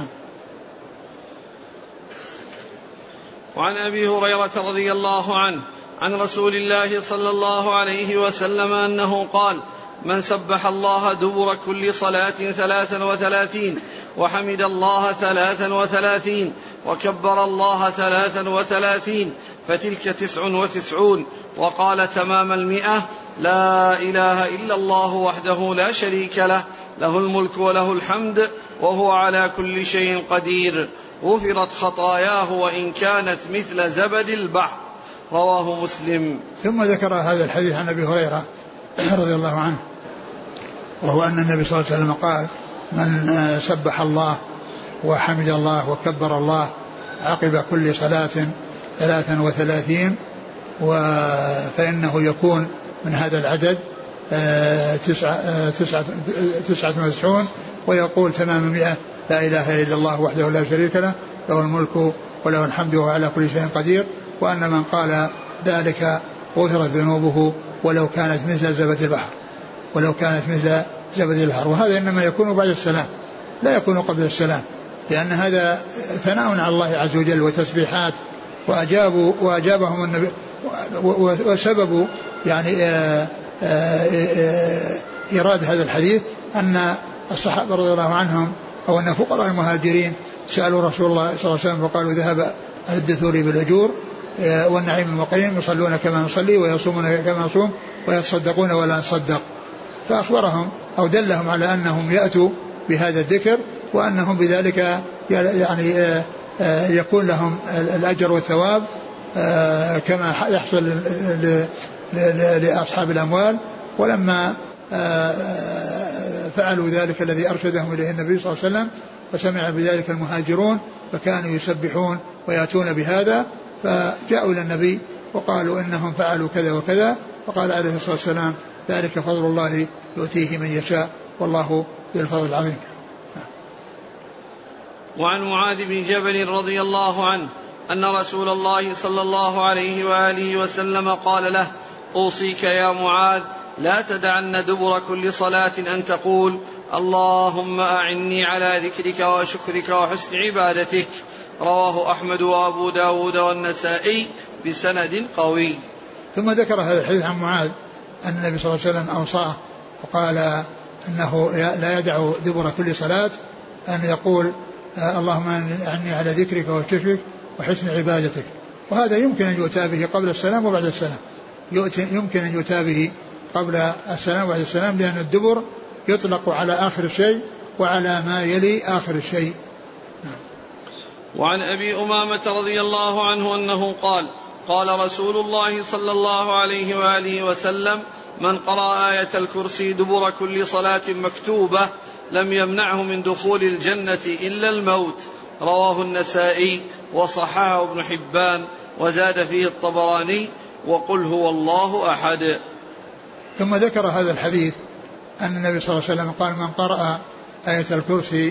وعن أبي هريرة رضي الله عنه عن رسول الله صلى الله عليه وسلم أنه قال: من سبح الله دبر كل صلاة 33 وحمد الله 33 وكبر الله 33 فتلك 99. وقال تمام 100: لا إله إلا الله وحده لا شريك له، له الملك وله الحمد وهو على كل شيء قدير، غفرت خطاياه وإن كانت مثل زبد البحر. رواه مسلم. ثم ذكر هذا الحديث عن أبي هريرة رضي الله عنه، وهو أن النبي صلى الله عليه وسلم قال: من سبح الله وحمد الله وكبر الله عقب كل صلاة 33 فإنه يكون من هذا العدد 99، ويقول تمام 100: لا إله إلا الله وحده لا شريك له، له الملك وله الحمد وهو على كل شيء قدير، وأن من قال ذلك غفرت ذنوبه ولو كانت مثل زبد البحر. وهذا إنما يكون بعد السلام، لا يكون قبل السلام، لأن هذا ثناء على الله عز وجل وتسبيحات، وأجابهم النبي. وسبب يعني إيراد هذا الحديث أن الصحابة رضي الله عنهم أو أن فقراء المهاجرين سألوا رسول الله صلى الله عليه وسلم فقالوا: ذهب أهل الدثور بالأجور والنعيم المقيم، يصلون كما نصلي ويصومون كما نصوم ويتصدقون ولا نصدق. فأخبرهم أو دلهم على أنهم يأتوا بهذا الذكر، وأنهم بذلك يعني يكون لهم الأجر والثواب كما يحصل لأصحاب الأموال. ولما فعلوا ذلك الذي أرشدهم إليه النبي صلى الله عليه وسلم فسمع بذلك المهاجرون فكانوا يسبحون ويأتون بهذا، فجاءوا إلى النبي وقالوا إنهم فعلوا كذا وكذا، فقال عليه الصلاة والسلام: ذلك فضل الله يؤتيه من يشاء والله ذو الفضل العظيم. وعن معاذ بن جبل رضي الله عنه أن رسول الله صلى الله عليه وآله وسلم قال له: أوصيك يا معاذ لا تدعن دبر كل صلاة أن تقول: اللهم أعني على ذكرك وشكرك وحسن عبادتك. رواه أحمد وأبو داود والنسائي بسند قوي. ثم ذكر هذا الحديث عن معاذ أن النبي صلى الله عليه وسلم أوصاه وقال أنه لا يدع دبر كل صلاة أن يقول: اللهم أعني على ذكرك وشكرك وحسن عبادتك. وهذا يمكن أن يؤتى به قبل السلام وبعد السلام، يمكن أن يؤتى به قبل السلام وبعد السلام، لأن الدبر يطلق على آخر الشيء وعلى ما يلي آخر الشيء. وعن أبي أمامة رضي الله عنه أنه قال قال رسول الله صلى الله عليه وآله وسلم من قرأ آية الكرسي دبر كل صلاة مكتوبة لم يمنعه من دخول الجنة إلا الموت. رواه النسائي وصححه ابن حبان وزاد فيه الطبراني وقل هو الله أحد. ثم ذكر هذا الحديث أن النبي صلى الله عليه وسلم قال من قرأ آية الكرسي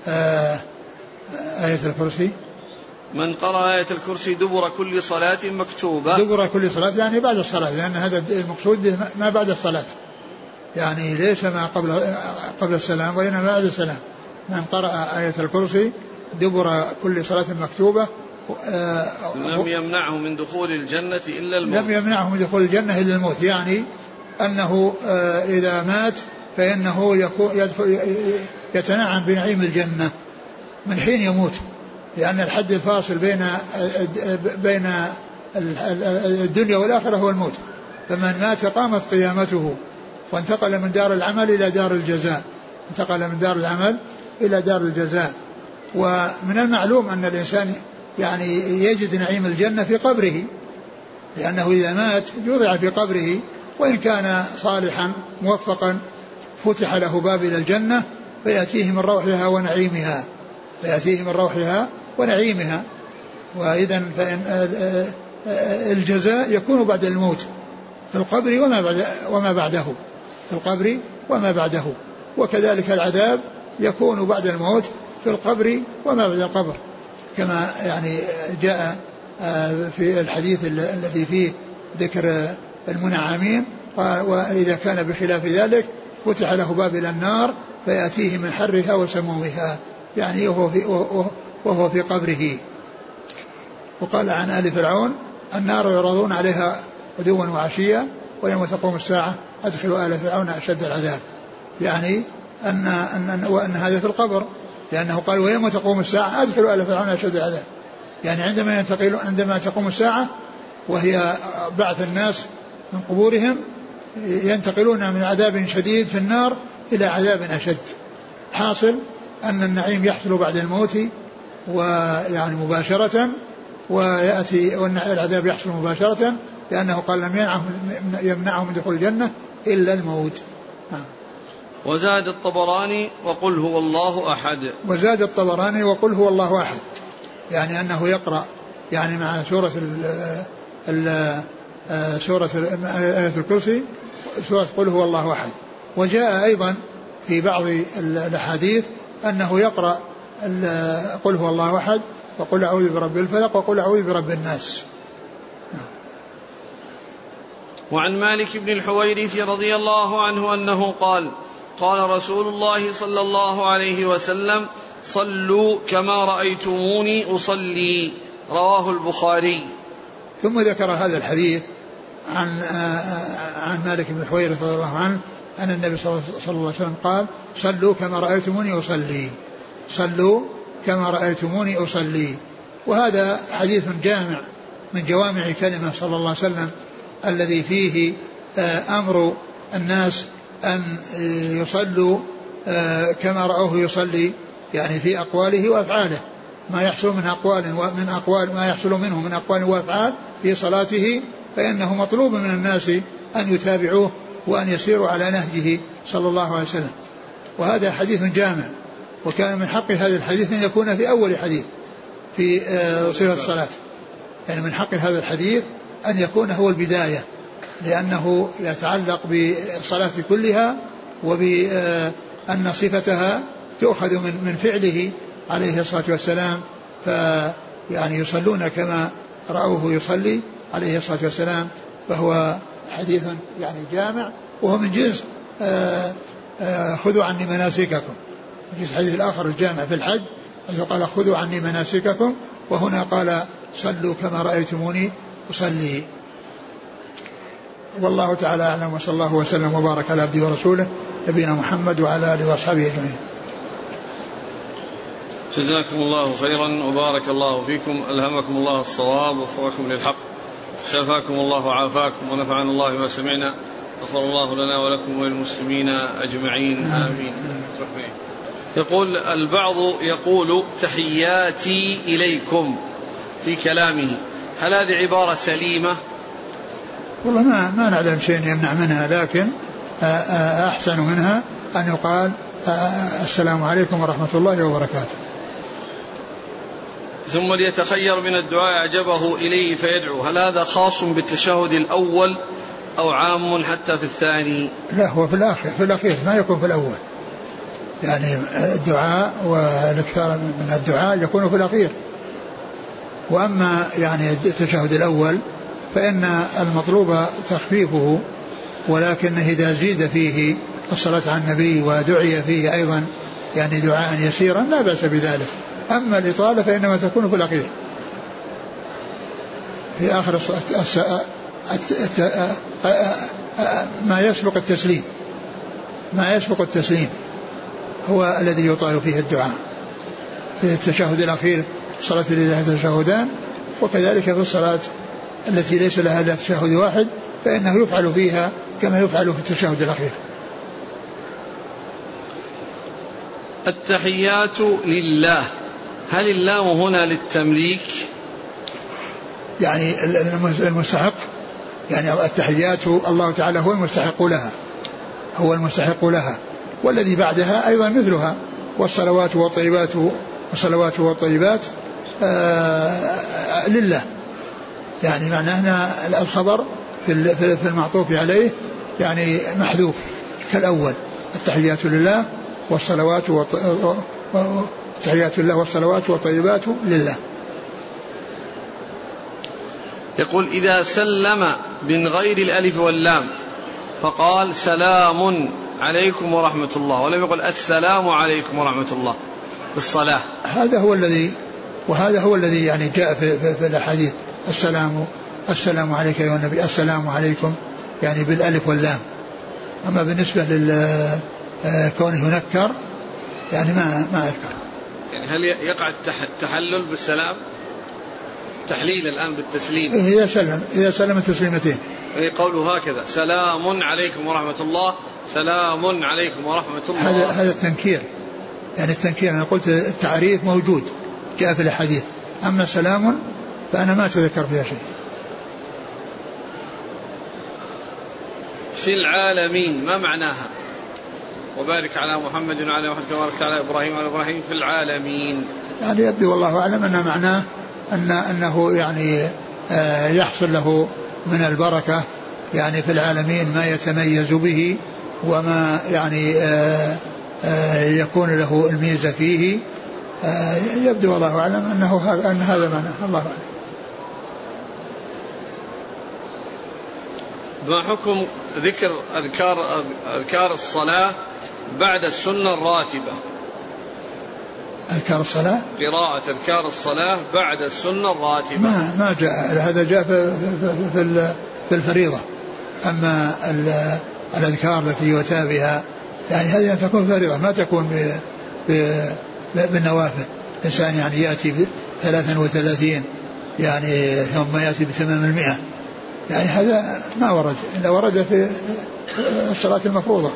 من قرأ آية الكرسي دبر كل صلاة مكتوبة، دبر كل صلاة يعني بعد الصلاة، لأن هذا المقصود ما بعد الصلاة، يعني ليس ما قبل السلام وإنما بعد السلام. من قرأ آية الكرسي دبر كل صلاة مكتوبة لم يمنعه من دخول الجنة إلا الموت. لم يمنعه من دخول الجنة إلا الموت، يعني أنه إذا مات فإنه يتنعم بنعيم الجنة من حين يموت، لأن الحد الفاصل بين الدنيا والآخرة هو الموت. فمن مات قامت قيامته وانتقل من دار العمل إلى دار الجزاء، انتقل من دار العمل إلى دار الجزاء. ومن المعلوم أن الإنسان يعني يجد نعيم الجنة في قبره، لأنه إذا مات يوضع في قبره، وإن كان صالحا موفقا فتح له باب إلى الجنة فيأتيه من روحها ونعيمها، وإذا فإن الجزاء يكون بعد الموت في القبر وما بعده، وكذلك العذاب يكون بعد الموت في القبر وما بعد القبر، كما يعني جاء في الحديث الذي فيه ذكر المنعمين، وإذا كان بخلاف ذلك فتح له باب إلى النار فيأتيه من حرها وسمومها، يعني وهو في قبره. وقال عن آل فرعون النار يعرضون عليها غدوا وعشيا ويوم تقوم الساعة أدخلوا آل فرعون أشد العذاب، يعني أن هذا في القبر، لأنه قال ويوم تقوم الساعة أدخلوا آل فرعون أشد العذاب، يعني عندما تقوم الساعة وهي بعث الناس من قبورهم ينتقلون من عذاب شديد في النار إلى عذاب أشد. حاصل أن النعيم يحصل بعد الموت ويعني مباشرة، ويأتي العذاب يحصل مباشرة، لأنه قال لم يمنعه من دخول الجنة إلا الموت. وزاد الطبراني وقل هو الله أحد. وزاد الطبراني وقل هو الله أحد، يعني أنه يقرأ يعني مع سورة آية الكرسي سورة قل هو الله أحد. وجاء أيضا في بعض الأحاديث أنه يقرأ قل هو الله أحد وقل أعوذ برب الفلق وقل أعوذ برب الناس. وعن مالك بن الحويرث رضي الله عنه أنه قال قال رسول الله صلى الله عليه وسلم صلوا كما رأيتموني أصلي. رواه البخاري. ثم ذكر هذا الحديث عن مالك بن الحويرث رضي الله عنه أن النبي صلى الله عليه وسلم قال صلوا كما رأيتموني أصلي، صلوا كما رأيتموني أصلي. وهذا حديث جامع من جوامع كلمة صلى الله عليه وسلم، الذي فيه أمر الناس أن يصلوا كما رأوه يصلي، يعني في أقواله وأفعاله، ما يحصل منه من أقوال وأفعال في صلاته، فإنه مطلوب من الناس أن يتابعوه وأن يسيروا على نهجه صلى الله عليه وسلم. وهذا حديث جامع، وكان من حق هذا الحديث أن يكون في أول حديث في صفة الصلاة، يعني من حق هذا الحديث أن يكون هو البداية، لأنه يتعلق بالصلاة كلها، وبأن صفتها تؤخذ من فعله عليه الصلاة والسلام، فيعني يصلون كما رأوه يصلي عليه الصلاة والسلام. فهو حديث يعني جامع، وهو من جنس خذوا عني مناسككم، من جنس الحديث الآخر الجامع في الحج أنه قال خذوا عني مناسككم، وهنا قال صلوا كما رأيتموني أصلي. والله تعالى أعلم، وصلى الله وسلم وبارك على عبده ورسوله نبينا محمد وعلى آله وأصحابه أجمعين. جزاكم الله خيرا وبارك الله فيكم، ألهمكم الله الصواب ووفقكم للحق، شفاكم الله وعافاكم ونفعنا الله بما سمعنا، غفر الله لنا ولكم وللمسلمين أجمعين آمين. يقول البعض يقول تحياتي إليكم في كلامه، هل هذه عبارة سليمة؟ والله ما نعلم شيء يمنع منها، لكن أحسن منها أن يقال السلام عليكم ورحمة الله وبركاته. ثم ليتخير من الدعاء أعجبه إليه فيدعو، هل هذا خاص بالتشهد الأول أو عام حتى في الثاني؟ لا، هو في الأخير ما يكون في الأول، يعني الدعاء والاكثار من الدعاء يكون في الأخير. وأما يعني التشهد الأول فإن المطلوب تخفيفه، ولكن إذا زيد فيه الصلاة على النبي ودعي فيه أيضا يعني دعاء يسيرا لا بأس بذلك. أما الإطالة فإنما تكون في الأخير، في آخر ما يسبق التسليم هو الذي يطال فيه الدعاء. في التشهد الأخير الصلاة التي لها تشهدان، وكذلك في الصلاة التي ليس لها إلا تشهد واحد فإنه يفعل فيها كما يفعل في التشهد الأخير. التحيات لله، هل اللام هنا للتمليك؟ يعني المستحق، يعني التحيات الله تعالى هو المستحق لها، والذي بعدها أيضا مثلها، والصلوات والطيبات لله. يعني معناه أن الخبر في المعطوف عليه يعني محذوف كالأول، التحيات لله والصلوات والطيبات لله. يقول إذا سلم من غير الألف واللام فقال سلام عليكم ورحمة الله ولم يقل السلام عليكم ورحمة الله في الصلاة، هذا هو الذي يعني جاء في الأحاديث، السلام عليك يا النبي، السلام عليكم يعني بالألف واللام. أما بالنسبة لكونه ينكر يعني ما أذكر. يعني هل يقع التحلل بالسلام، تحليل الآن بالتسليم إذا سلم التسليمتين، يعني قوله هكذا سلام عليكم ورحمة الله، سلام عليكم ورحمة الله، هذا التنكير. يعني التنكير أنا قلت التعريف موجود جاء في الحديث، أما سلام فأنا ما أتذكر فيها شيء. في العالمين ما معناها؟ وبارك على محمد وعلى محمد كما باركت على إبراهيم وعلى إبراهيم في العالمين. يعني يبدو والله أعلم أن معناه أنه يعني يحصل له من البركة يعني في العالمين ما يتميز به، وما يعني يكون له الميزة فيه. يبدو والله أعلم أن هذا معناه، الله أعلم. ما حكم ذكر أذكار الصلاة بعد السنة الراتبة؟ أذكار الصلاة، قراءة أذكار الصلاة بعد السنة الراتبة ما جاء، هذا جاء في الفريضة. أما الأذكار التي يتابعها يعني هذه أن تكون فريضة، ما تكون بالنوافل. الإنسان يعني يأتي ب33 يعني ثم يأتي ب800، يعني هذا ما ورد، إلا ورد في الصلاة المفروضة.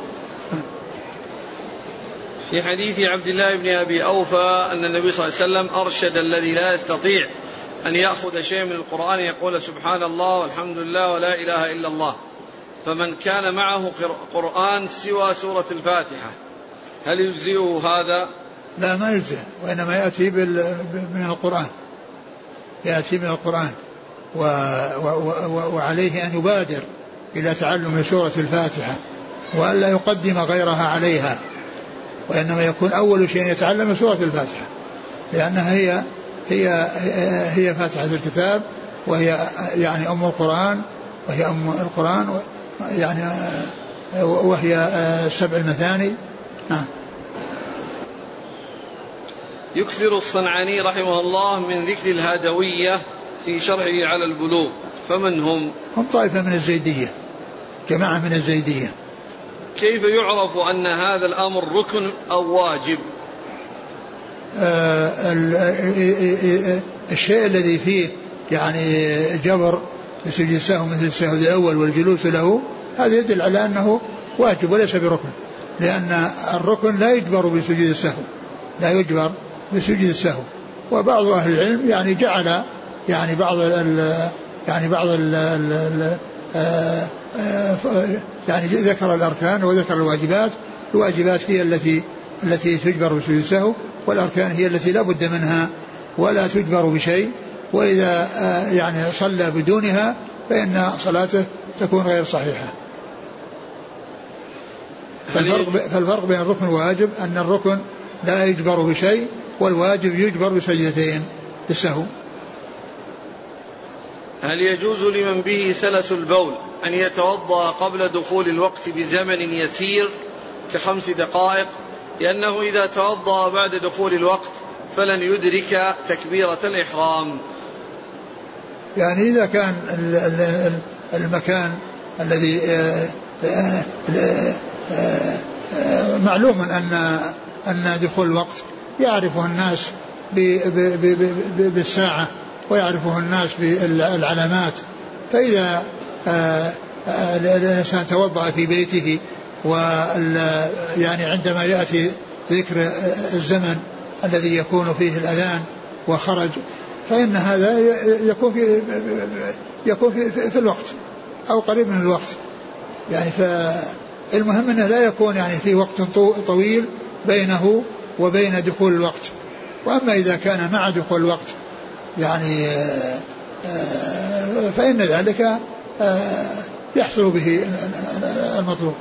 في حديث عبد الله بن أبي أوفى أن النبي صلى الله عليه وسلم أرشد الذي لا يستطيع أن يأخذ شيء من القرآن يقول سبحان الله والحمد لله ولا إله إلا الله، فمن كان معه قرآن سوى سورة الفاتحة هل يجزئه هذا؟ لا، ما يجزئ، وإنما يأتي من القرآن، يأتي من القرآن، وعليه أن يبادر إلى تعلم سورة الفاتحة وألا يقدم غيرها عليها، وإنما يكون أول شيء يتعلم سورة الفاتحة، لأنها هي فاتحة الكتاب، وهي يعني أم القرآن، يعني وهي 7 المثاني. نعم. يكثر الصنعاني رحمه الله من ذكر الهادوية في شرحه على البلوغ، فمن هم؟ هم طائفة من الزيدية، جماعة من الزيدية. كيف يعرف أن هذا الأمر ركن أو واجب؟ الشيء الذي فيه يعني جبر مثل السهو مثل السهو الأول والجلوس له، هذا يدل على أنه واجب وليس بركن. لأن الركن لا يجبر بسجود السهو، لا يجبر بسجود السهو. وبعض أهل العلم يعني جعل يعني بعض يعني ذكر الأركان وذكر الواجبات. الواجبات هي التي تجبر بسجود السهو، والأركان هي التي لا بد منها ولا تجبر بشيء، وإذا يعني صلى بدونها فإن صلاته تكون غير صحيحة. فالفرق بين الركن والواجب أن الركن لا يجبر بشيء والواجب يجبر بسجدتين للسهو. هل يجوز لمن به سلس البول أن يتوضأ قبل دخول الوقت بزمن يسير ك5 دقائق، لأنه إذا توضأ بعد دخول الوقت فلن يدرك تكبيرة الإحرام؟ يعني إذا كان المكان الذي معلوم أن دخول الوقت يعرفه الناس بالساعة ويعرفه الناس بالعلامات، فإذا الإنسان توضأ في بيته يعني عندما يأتي ذكر الزمن الذي يكون فيه الأذان وخرج فإن هذا يكون في الوقت أو قريب من الوقت. يعني فالمهم أنه لا يكون يعني في وقت طويل بينه وبين دخول الوقت. وأما إذا كان مع دخول الوقت يعني فإن ذلك يحصل به المطلوب.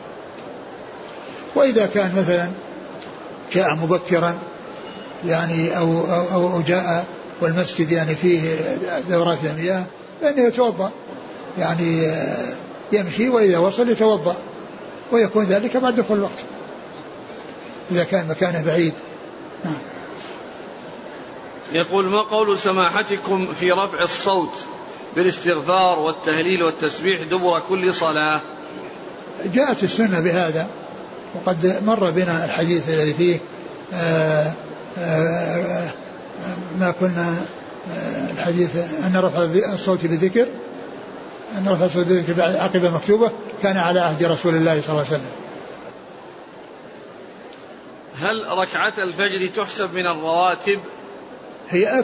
وإذا كان مثلا جاء مبكرا يعني أو جاء والمسجد يعني فيه دورات المياه فإنه يتوضأ، يعني يمشي وإذا وصل يتوضأ، ويكون ذلك بعد دخول الوقت إذا كان مكانه بعيد. يقول: ما قول سماحتكم في رفع الصوت بالاستغفار والتهليل والتسبيح دبر كل صلاة؟ جاءت السنة بهذا، وقد مر بنا الحديث الذي فيه ما كنا الحديث أن رفع الصوت بالذكر عقب مكتوبة كان على عهد رسول الله صلى الله عليه وسلم. هل ركعة الفجر تحسب من الرواتب؟ هي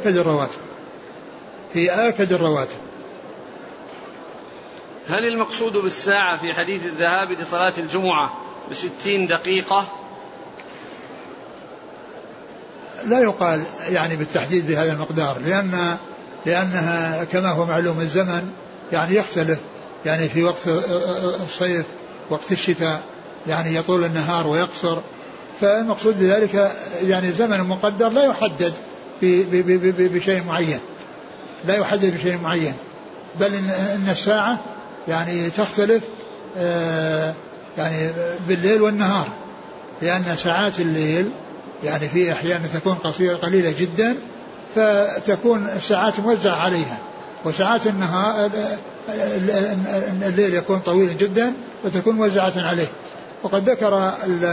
آكد الرواتب. هل المقصود بالساعة في حديث الذهاب لصلاة الجمعة ب60 دقيقة؟ لا يقال يعني بالتحديد بهذا المقدار، لأنها كما هو معلوم الزمن يعني يختلف، يعني في وقت الصيف وقت الشتاء يعني يطول النهار ويقصر، فالمقصود بذلك يعني زمن مقدر لا يحدد بشيء معين، بل إن الساعة يعني تختلف يعني بالليل والنهار، لأن ساعات الليل يعني في أحيانا تكون قليلة جدا فتكون الساعات موزعة عليها، وساعات النهار الليل يكون طويل جدا وتكون موزعة عليه. وقد ذكر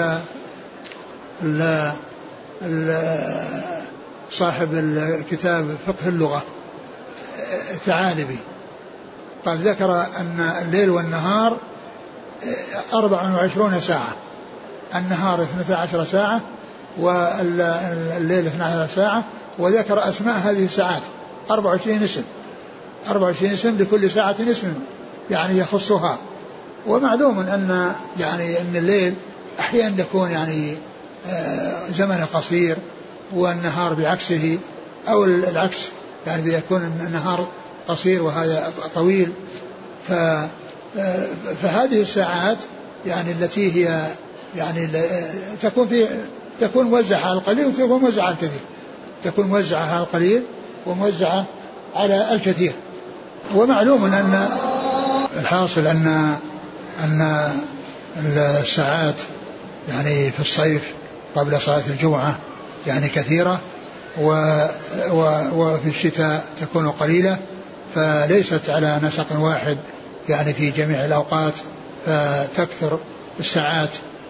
صاحب الكتاب فقه اللغة الثعالبي قال ذكر أن الليل والنهار 24 ساعة، النهار 12 ساعة والليل 12 ساعة، وذكر أسماء هذه الساعات 24 اسم لكل ساعة اسم يعني يخصها. ومعلوم أن يعني أن الليل أحيانا يكون يعني زمن قصير والنهار بعكسه، أو العكس يعني بيكون النهار قصير وهذا طويل. فهذه الساعات يعني التي هي يعني تكون موزعة على القليل وتكون موزعة على الكثير، تكون موزعة على القليل وموزعة على الكثير. ومعلوم أن الحاصل أن الساعات يعني في الصيف قبل صلاة الجمعة يعني كثيرة، وفي الشتاء تكون قليلة، فليست على نسق واحد يعني في جميع الأوقات، فتكثر الساعات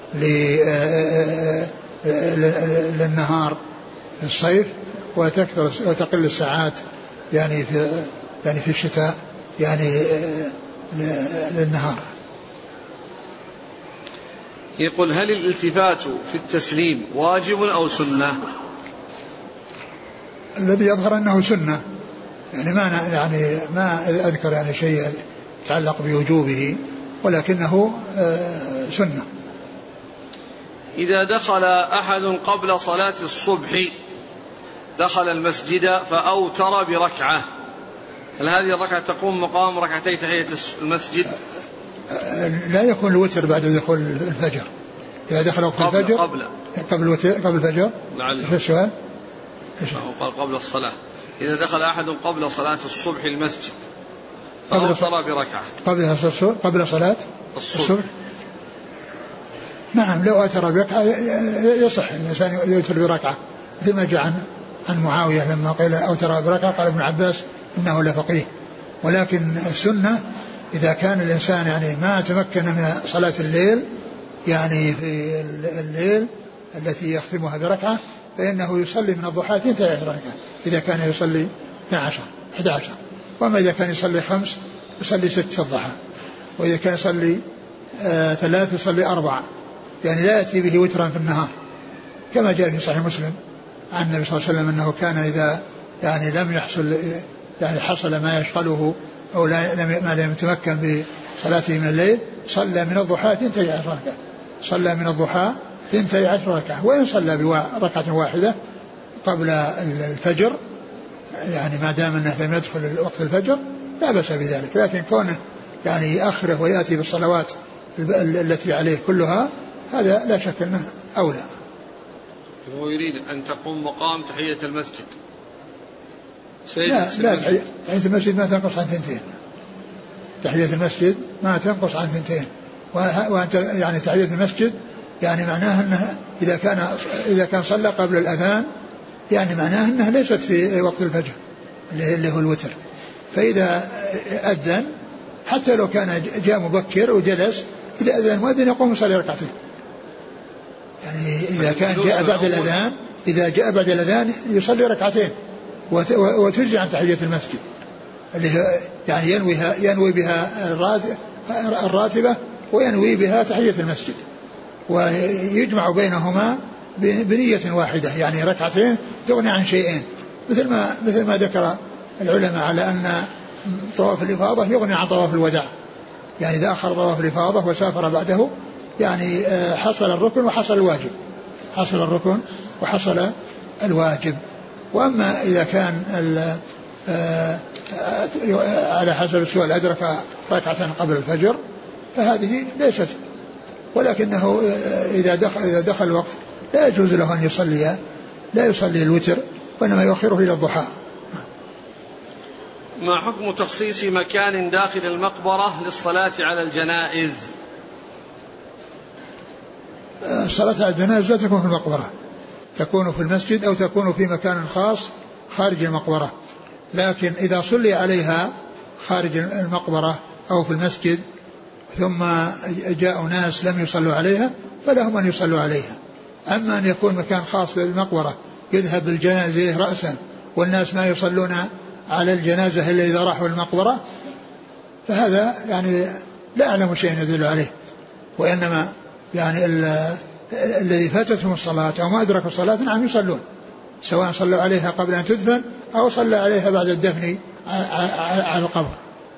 للنهار في الصيف وتقل الساعات يعني في الشتاء يعني للنهار. يقول: هل الالتفات في التسليم واجب أو سنة؟ الذي يظهر أنه سنة، يعني ما أذكر يعني شيء يتعلق بوجوبه، ولكنه سنة. إذا دخل أحد قبل صلاة الصبح، دخل المسجد فأوتر بركعة، هل هذه الركعة تقوم مقام ركعتي تحية المسجد؟ لا يكون الوتر بعد دخول الفجر. إذا دخل وقت الفجر قبل الفجر. في السؤال قال قبل الصلاة. إذا دخل أحد قبل صلاة الصبح المسجد فأوتر بركعة قبل صلاة الصبح، نعم لو أوتر بركعة يصح الإنسان يوتر بركعة، مثل ما جاء عن معاوية لما قيل أوتر بركعة قال ابن عباس إنه لفقيه. ولكن السنة إذا كان الإنسان يعني ما تمكن من صلاة الليل، يعني في الليل التي يختمها بركعة، فإنه يصلي من الضحى 12 ركعة إذا كان يصلي 11. وأما إذا كان يصلي 5 يصلي 6 في الضحى، وإذا كان يصلي 3 يصلي 4، يعني لا يأتي به وترا في النهار، كما جاء في صحيح مسلم عن النبي صلى الله عليه وسلم أنه كان إذا يعني لم يحصل يعني حصل ما يشغله أو ما لم يتمكن بصلاته من الليل صلى من الضحى 12 ركعة، صلى من الضحى 12 ركعة، وإن صلى بركعة واحدة قبل الفجر يعني ما دام أنه لم يدخل وقت الفجر لا بأس بذلك. لكن كونه يعني يأخره ويأتي بالصلوات التي عليه كلها هذا لا شك أنه أولى. هو يريد أن تقوم مقام تحية المسجد. لا تحية المسجد ما تنقص عن 2، تحية المسجد ما تنقص عن 2. وأنت يعني تحية المسجد يعني معناه أنه إذا كان صلى قبل الأذان يعني معناه أنها ليست في وقت الفجر اللي هو الوتر، فإذا أذن حتى لو كان جاء مبكر وجلس إذا أذن مؤذن يقوم يصلي ركعتين. يعني إذا كان جاء بعد الأذان، إذا جاء بعد الأذان يصلي ركعتين وتجزي عن تحية المسجد اللي هي يعني ينوي بها الراتبة وينوي بها تحية المسجد، ويجمع بينهما بنية واحدة، يعني ركعتين تغني عن شيئين، مثل ما ذكر العلماء على أن طواف الإفاضة يغني عن طواف الوداع، يعني إذا أخر طواف الإفاضة وسافر بعده يعني حصل الركن وحصل الواجب، حصل الركن وحصل الواجب. وأما إذا كان على حسب السؤال أدرك ركعة قبل الفجر فهذه ليست، ولكنه إذا دخل الوقت لا يجوز له أن لا يصلي الوتر وإنما يؤخره إلى الضحى. ما حكم تخصيص مكان داخل المقبرة للصلاة على الجنائز؟ الصلاة على الجنائز لا تكون في المقبرة، تكون في المسجد أو تكون في مكان خاص خارج المقبرة، لكن إذا صلي عليها خارج المقبرة أو في المسجد ثم جاء ناس لم يصلوا عليها فلهم أن يصلوا عليها. أما أن يكون مكان خاص بالمقبرة يذهب الجنازة رأسا والناس ما يصلون على الجنازة إلا إذا راحوا المقبرة، فهذا يعني لا أعلم شيء يدل عليه. وإنما يعني الذي فاتتهم الصلاة أو ما أدركوا الصلاة نعم يصلون، سواء صلوا عليها قبل أن تدفن أو صلوا عليها بعد الدفن على القبر.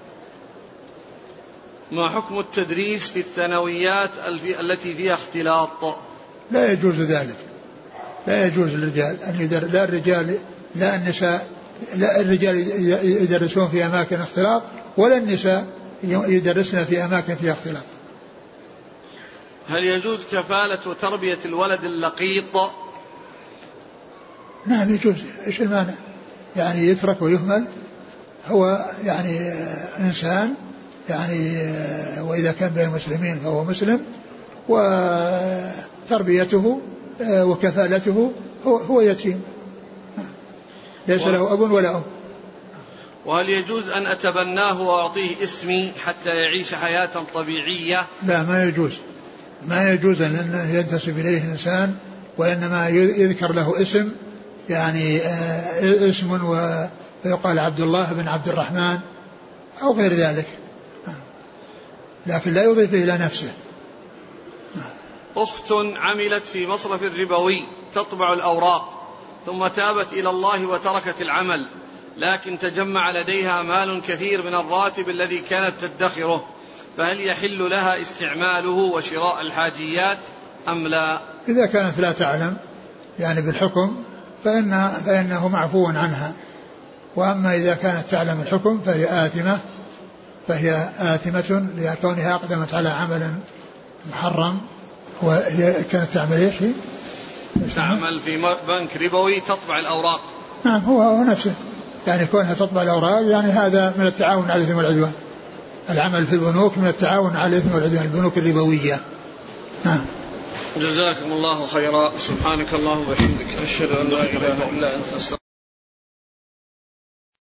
ما حكم التدريس في الثانويات التي فيها اختلاط؟ لا يجوز ذلك، لا يجوز للرجال أن لا الرجال لا النساء، لا الرجال يدرسون في أماكن اختلاط ولا النساء يدرسن في أماكن فيها اختلاط. هل يجوز كفالة وتربية الولد اللقيط؟ نعم يجوز، إيش المانع؟ يعني يترك ويهمل، هو يعني إنسان يعني، وإذا كان بين المسلمين فهو مسلم، وتربيته وكفالته هو يتيم ليس له أب ولا أم. وهل يجوز أن أتبناه وأعطيه اسمي حتى يعيش حياة طبيعية؟ لا ما يجوز أن ينتسب إليه إنسان، وإنما يذكر له اسم يعني اسم ويقال عبد الله بن عبد الرحمن أو غير ذلك، لكن لا يضيف إلى نفسه. أخت عملت في مصرف ربوي تطبع الأوراق ثم تابت إلى الله وتركت العمل، لكن تجمع لديها مال كثير من الراتب الذي كانت تدخره، فهل يحل لها استعماله وشراء الحاجيات أم لا؟ إذا كانت لا تعلم يعني بالحكم فإنه معفو عنها، وأما إذا كانت تعلم الحكم فهي آثمة لكونها أقدمت على عمل محرم. وهي كانت تعمل ايش؟ تعمل في بنك ربوي تطبع الأوراق. نعم هو نفسه، يعني كونها تطبع الأوراق يعني هذا من التعاون على الإثم والعدوان. العمل في البنوك من التعاون على الإثم والعدوان، البنوك الربوية. نعم. جزاكم الله خيرا. سبحانك اللهم وبحمدك، أشهد أن لا إله إلا أنت.